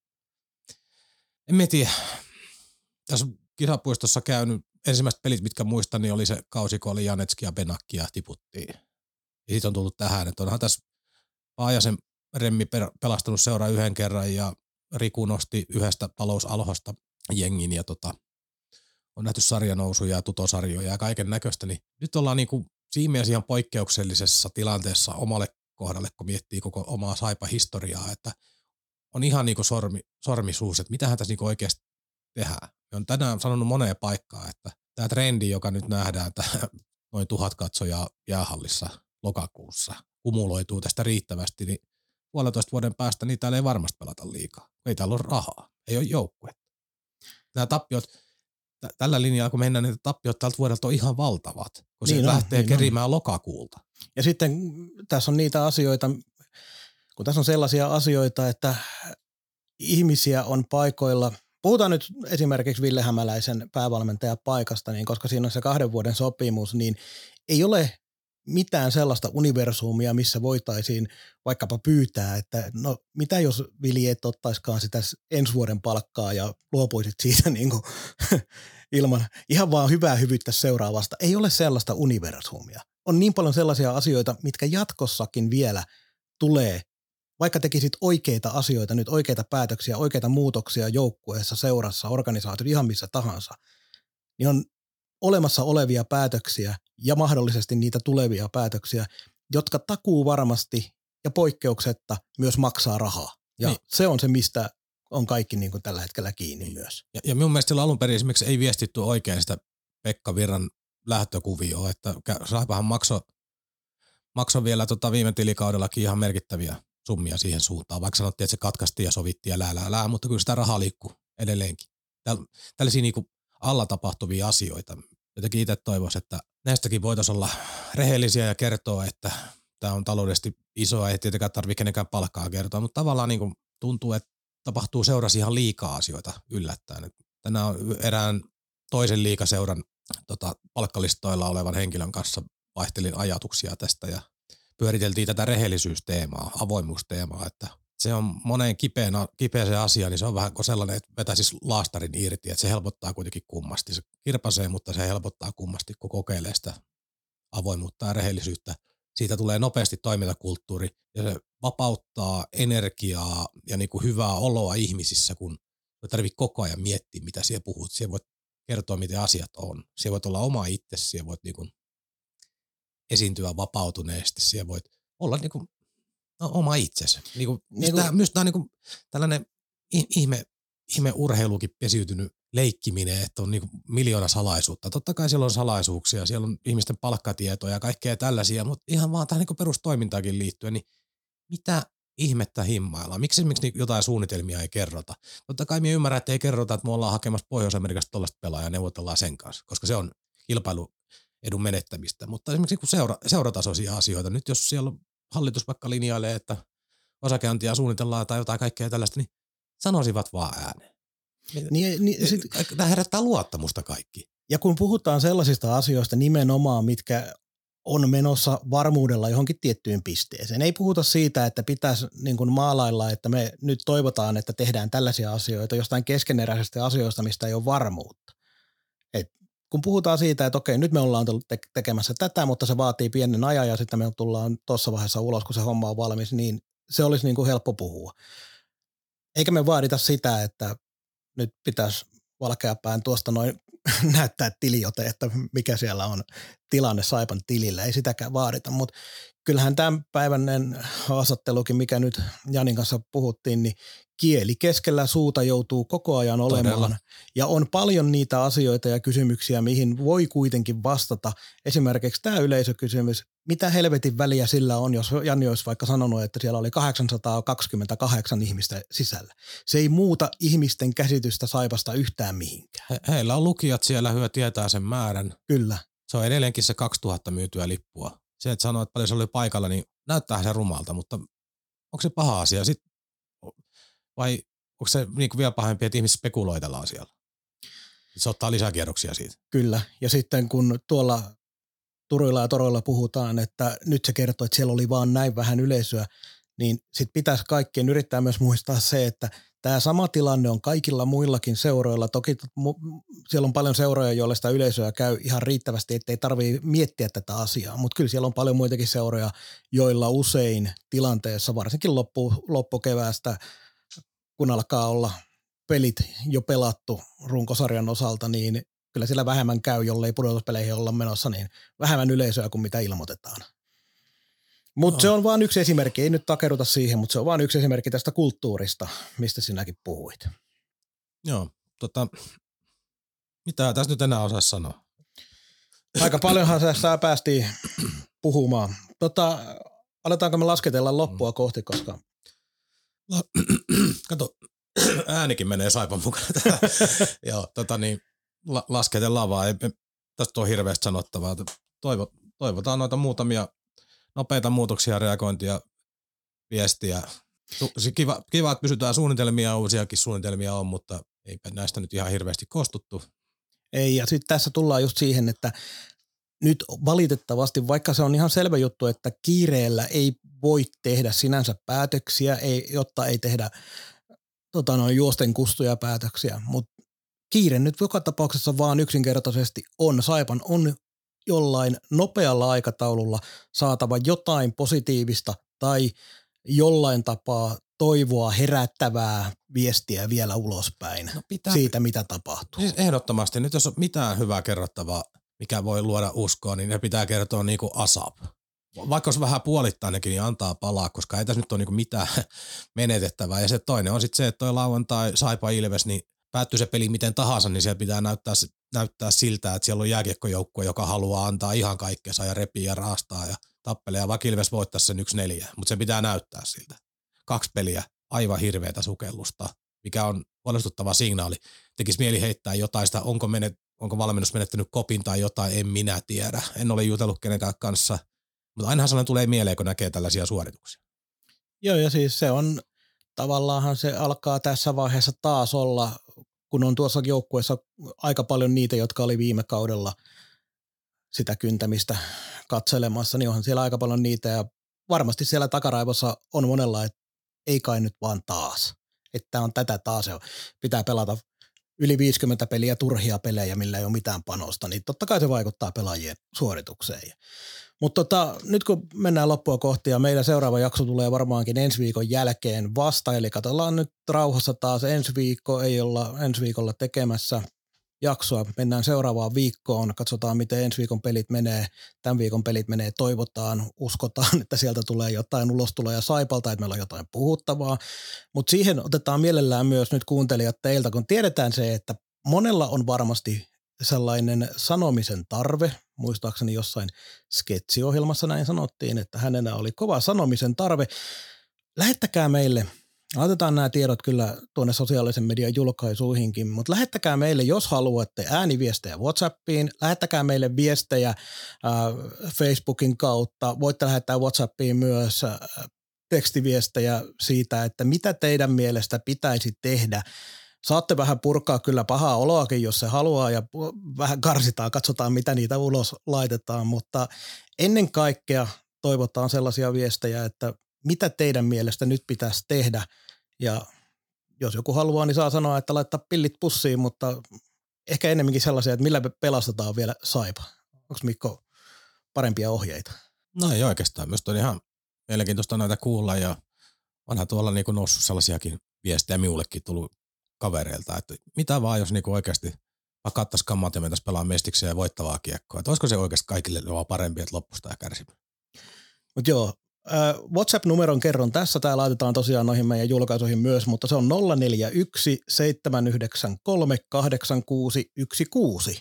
en tiedä, tässä kisapuistossa käynyt ensimmäiset pelit, mitkä muistan, niin oli se kausi, kun oli Janetski ja Benakki ja tiputtiin. Ja siitä on tullut tähän, että onhan tässä Paajasen Remmi pelastanut seuraa yhden kerran ja Riku nosti yhdestä talousalhosta jengin ja tota, on nähty sarjanousuja ja tutosarjoja ja kaiken näköistä, niin nyt ollaan niinku siinä mielessä ihan poikkeuksellisessa tilanteessa omalle kohdalle, kun miettii koko omaa Saipa-historiaa, että on ihan niinku sormi, sormisuus, että mitähän tässä niinku oikeasti tehdään. Ja on tänään sanonut moneen paikkaan, että tämä trendi, joka nyt nähdään, että noin tuhat katsojaa jäähallissa lokakuussa kumuloituu tästä riittävästi, niin puolentoista vuoden päästä niin täällä ei varmasti pelata liikaa. Ei täällä ole rahaa, ei ole joukkuetta. Nämä tappiot, t- tällä linjalla kun mennään, niin tappiot tältä vuodelta on ihan valtavat, kun niin se on, lähtee niin kerimään on. lokakuulta. Ja sitten tässä on niitä asioita, kun tässä on sellaisia asioita, että ihmisiä on paikoilla. Puhutaan nyt esimerkiksi Ville Hämäläisen päävalmentajan paikasta, niin koska siinä on se kahden vuoden sopimus, niin ei ole mitään sellaista universumia, missä voitaisiin vaikkapa pyytää, että no mitä jos Vili et ottaisikaan sitä ensi vuoden palkkaa ja luopuisit siitä niin kuin ilman ihan vaan hyvää hyvyyttä seuraavasta. Ei ole sellaista universumia. On niin paljon sellaisia asioita, mitkä jatkossakin vielä tulee, vaikka tekisit oikeita asioita, nyt oikeita päätöksiä, oikeita muutoksia joukkueessa, seurassa, organisaatiossa, ihan missä tahansa, niin on olemassa olevia päätöksiä ja mahdollisesti niitä tulevia päätöksiä, jotka takuu varmasti ja poikkeuksetta myös maksaa rahaa. Ja niin. se on se, mistä on kaikki niin kuin tällä hetkellä kiinni niin. myös. Ja, ja minun mielestä silloin alun perin esimerkiksi ei viestitty oikein sitä Pekka Virran lähtökuvioon, että Saipahan maksoi makso vielä tota viime tilikaudellakin ihan merkittäviä summia siihen suuntaan, vaikka sanottiin, että se katkaistiin ja sovittiin ja lää, lää, lää, mutta kyllä sitä rahaa liikkuu edelleenkin. Täl, tällaisia niin kuin alla tapahtuvia asioita. Jotenkin itse toivoisin, että näistäkin voitaisiin olla rehellisiä ja kertoa, että tämä on taloudellisesti isoa, ei tietenkään tarvitse kenenkään palkkaa kertoa, mutta tavallaan niin kuin tuntuu, että tapahtuu seurasi ihan liikaa asioita yllättäen. Tänään on erään toisen liigaseuran tota, palkkalistoilla olevan henkilön kanssa vaihtelin ajatuksia tästä ja pyöriteltiin tätä rehellisyysteemaa, avoimuusteemaa, että se on moneen kipeän, kipeäseen asiaan, niin se on vähän kuin sellainen, että vetäisi laastarin irti, että se helpottaa kuitenkin kummasti. Se kirpasee, mutta se helpottaa kummasti, kun kokeilee sitä avoimuutta ja rehellisyyttä. Siitä tulee nopeasti toimintakulttuuri ja se vapauttaa energiaa ja niin kuin hyvää oloa ihmisissä, kun ei tarvitse koko ajan miettiä, mitä siellä puhut. Siellä voit kertoa, miten asiat on. Siellä voit olla oma itsesi, siellä voit niin kuin esiintyä vapautuneesti, siellä voit olla niin kuin no, oma itsesi. Niin kuin, niin kuin, myös tämä on niin kuin tällainen ihme, ihme urheilukin pesiytynyt leikkiminen, että on niin kuin miljoona salaisuutta. Totta kai siellä on salaisuuksia, siellä on ihmisten palkkatietoja ja kaikkea tällaisia, mutta ihan vaan tähän niin perustoimintaakin liittyen, niin mitä ihmettä himmaillaan? Miksi esimerkiksi jotain suunnitelmia ei kerrota? Totta kai minä ymmärrän, että ei kerrota, että me ollaan hakemassa Pohjois-Amerikasta tuollaista pelaajaa ja neuvotellaan sen kanssa, koska se on kilpailuedun menettämistä. Mutta esimerkiksi kun seura, seuratasoisia asioita, nyt jos siellä hallitus vaikka linjailee, että osakeantia suunnitellaan tai jotain kaikkea tällaista, niin sanoisivat vaan ääneen. Niin, niin, sit, Tämä herättää luottamusta kaikki. Ja kun puhutaan sellaisista asioista nimenomaan, mitkä on menossa varmuudella johonkin tiettyyn pisteeseen. Ei puhuta siitä, että pitäisi niin kuin maalailla, että me nyt toivotaan, että tehdään tällaisia asioita jostain keskeneräisistä asioista, mistä ei ole varmuutta. Et kun puhutaan siitä, että okei, nyt me ollaan te- tekemässä tätä, mutta se vaatii pienen ajan ja sitten me tullaan tuossa vaiheessa ulos, kun se homma on valmis, niin se olisi niin kuin helppo puhua. Eikä me vaadita sitä, että nyt pitäisi valkeapään tuosta noin näyttää tiliote, että mikä siellä on tilanne Saipan tilillä. Ei sitäkään vaadita, mutta kyllähän tämän päiväinen haastattelukin, mikä nyt Janin kanssa puhuttiin, niin kieli keskellä suuta joutuu koko ajan olemaan. Todella. Ja on paljon niitä asioita ja kysymyksiä, mihin voi kuitenkin vastata. Esimerkiksi tämä yleisökysymys, mitä helvetin väliä sillä on, jos Jani olisi vaikka sanonut, että siellä oli kahdeksansataakaksikymmentäkahdeksan ihmistä sisällä. Se ei muuta ihmisten käsitystä Saipasta yhtään mihinkään. He, heillä on lukijat siellä, hyö tietää sen määrän. Kyllä. Se on edelleenkin se kaksituhatta myytyä lippua. Se, että sanoo, että paljon se oli paikalla, niin näyttää se rumalta, mutta onko se paha asia? Sitten, vai onko se niin kuin vielä pahempi, että ihmiset spekuloitellaan siellä? Se ottaa lisäkierroksia siitä. Kyllä, ja sitten kun tuolla Turuilla ja Toroilla puhutaan, että nyt se kertoo, että siellä oli vaan näin vähän yleisöä, niin sitten pitäisi kaikkien yrittää myös muistaa se, että tämä sama tilanne on kaikilla muillakin seuroilla. Toki siellä on paljon seuroja, joilla sitä yleisöä käy ihan riittävästi, ettei tarvitse miettiä tätä asiaa, mutta kyllä siellä on paljon muitakin seuroja, joilla usein tilanteessa, varsinkin loppu, loppukeväästä, kun alkaa olla pelit jo pelattu runkosarjan osalta, niin kyllä siellä vähemmän käy, jollei pudotuspeleihin olla menossa, niin vähemmän yleisöä kuin mitä ilmoitetaan. Mutta no. Se on vain yksi esimerkki, ei nyt takeruta siihen, mutta se on vain yksi esimerkki tästä kulttuurista, mistä sinäkin puhuit. Joo, tota, mitä tässä nyt enää osaisi sanoa? Aika paljonhan tässä päästiin puhumaan. Tota, aletaanko me lasketella loppua kohti, koska... La- Kato, äänikin menee Saipan mukana. Joo, tota niin, la- lasketellaan vaan. Ei, tästä on hirveästi sanottavaa. Toivo, toivotaan noita muutamia nopeita muutoksia, reagointia, viestiä. Kiva, kiva, että pysytään suunnitelmia, uusiakin suunnitelmia on, mutta eipä näistä nyt ihan hirveästi kostuttu. Ei, ja sitten tässä tullaan just siihen, että nyt valitettavasti, vaikka se on ihan selvä juttu, että kiireellä ei voi tehdä sinänsä päätöksiä, ei, jotta ei tehdä tota noin, juosten kustuja päätöksiä, mutta kiire nyt joka tapauksessa vaan yksinkertaisesti on. Saipan on jollain nopealla aikataululla saatava jotain positiivista tai jollain tapaa toivoa herättävää viestiä vielä ulospäin no pitää, siitä, mitä tapahtuu. Siis ehdottomasti. Nyt jos on mitään hyvää kerrottavaa, mikä voi luoda uskoa, niin ne pitää kertoa niin kuin A S A P. vaikka olisi vähän puolittainenkin, niin antaa palaa, koska ei tässä nyt ole niinku mitään menetettävää. Ja se toinen on sitten se, että toi lauantai Saipa Ilves, niin päättyy se peli miten tahansa, niin siellä pitää näyttää, näyttää siltä, että siellä on jääkiekkojoukkue, joka haluaa antaa ihan kaikkensa ja repii ja raastaa ja tappelee. Ja vaikka Ilves voittaisi sen yksi neljä, mutta se pitää näyttää siltä. Kaksi peliä, aivan hirveätä sukellusta, mikä on huolestuttava signaali. Tekisi mieli heittää jotain sitä, onko, menet, onko valmennus menettänyt kopin tai jotain, en minä tiedä. En ole jutellut kenenkään kanssa, mutta ainahan sellainen tulee mieleen, kun näkee tällaisia suorituksia. Joo, ja siis se on, tavallaanhan se alkaa tässä vaiheessa taas olla, kun on tuossa joukkueessa aika paljon niitä, jotka oli viime kaudella sitä kyntämistä katselemassa, niin onhan siellä aika paljon niitä, ja varmasti siellä takaraivossa on monella, että ei kai nyt vaan taas. Että on tätä taas, ja pitää pelata yli viisikymmentä peliä turhia pelejä, millä ei ole mitään panosta, niin totta kai se vaikuttaa pelaajien suoritukseen. Mutta tota, nyt kun mennään loppua kohti ja meidän seuraava jakso tulee varmaankin ensi viikon jälkeen vasta, eli katsotaan nyt rauhassa taas ensi viikko, ei olla ensi viikolla tekemässä jaksoa. Mennään seuraavaan viikkoon, katsotaan miten ensi viikon pelit menee, tämän viikon pelit menee, toivotaan, uskotaan, että sieltä tulee jotain ulostuloja Saipalta, että meillä on jotain puhuttavaa, mutta siihen otetaan mielellään myös nyt kuuntelijat teiltä, kun tiedetään se, että monella on varmasti sellainen sanomisen tarve, muistaakseni jossain sketsiohjelmassa näin sanottiin, että hänellä oli kova sanomisen tarve. Lähettäkää meille, laitetaan nämä tiedot kyllä tuonne sosiaalisen median julkaisuihinkin, mutta lähettäkää meille, jos haluatte ääniviestejä WhatsAppiin, lähettäkää meille viestejä äh, Facebookin kautta, voitte lähettää WhatsAppiin myös äh, tekstiviestejä siitä, että mitä teidän mielestä pitäisi tehdä. Saatte vähän purkaa kyllä pahaa oloakin, jos se haluaa, ja vähän karsitaan, katsotaan mitä niitä ulos laitetaan, mutta ennen kaikkea toivotaan sellaisia viestejä, että mitä teidän mielestä nyt pitäisi tehdä, ja jos joku haluaa, niin saa sanoa, että laittaa pillit pussiin, mutta ehkä enemmänkin sellaisia, että millä pelastetaan vielä Saipa. Onko Mikko parempia ohjeita? No ei oikeastaan, myös on ihan mielenkiintoista näitä kuulla, ja onhan tuolla niinku noussut sellaisiakin viestejä minullekin tullut kavereilta, että mitä vaan, jos niinku oikeasti pakattaisiin kammat ja mentäisiin pelaamaan mestikseen ja voittavaa kiekkoa. Että olisiko se oikeasti kaikille vaan parempi, että loppusta ja kärsimään? Mutta joo, äh, WhatsApp-numeron kerron tässä. Tää laitetaan tosiaan noihin meidän julkaisuihin myös, mutta se on nolla neljä yksi seitsemän yhdeksän kolme kahdeksan kuusi yksi kuusi.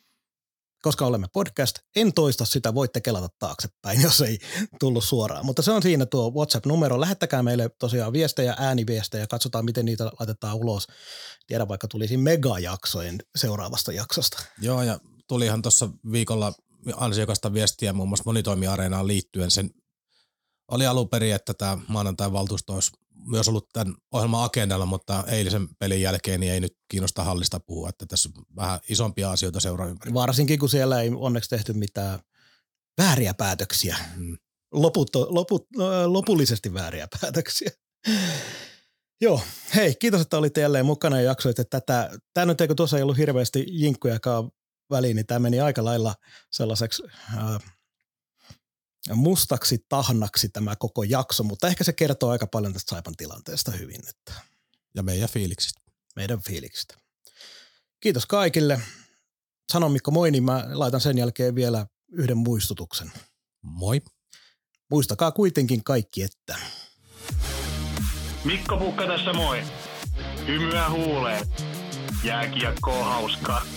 Koska olemme podcast, en toista sitä, voitte kelata taaksepäin, jos ei tullut suoraan. Mutta se on siinä tuo WhatsApp-numero. Lähettäkää meille tosiaan viestejä, ääniviestejä, katsotaan miten niitä laitetaan ulos. Tiedän, vaikka tulisi megajaksojen seuraavasta jaksosta. Joo, ja tulihan tuossa viikolla ansiokasta viestiä muun muassa monitoimiareenaan liittyen. Sen oli alun perin, että tämä maanantain valtuusto olisi myös ollut tämän ohjelman agendalla, mutta eilisen pelin jälkeen niin ei nyt kiinnosta hallista puhua, että tässä on vähän isompia asioita seuraa ympäri. Varsinkin, kun siellä ei onneksi tehty mitään vääriä päätöksiä. Mm. Loput, loput, lopullisesti vääriä päätöksiä. Joo, hei, kiitos, että olitte jälleen mukana ja jaksoitte tätä. Tämä nyt, eikö tuossa ei ollut hirveästi jinkkujakaan väliin, niin tämä meni aika lailla sellaiseksi äh, mustaksi tahnaksi tämä koko jakso, mutta ehkä se kertoo aika paljon tästä Saipan tilanteesta hyvin. Että ja meidän fiiliksistä. Meidän fiiliksistä. Kiitos kaikille. Sano Mikko moi, niin mä laitan sen jälkeen vielä yhden muistutuksen. Moi. Muistakaa kuitenkin kaikki, että Mikko Pukka tässä moi. Hymyä huuleen. Jääkiekko on hauskaa.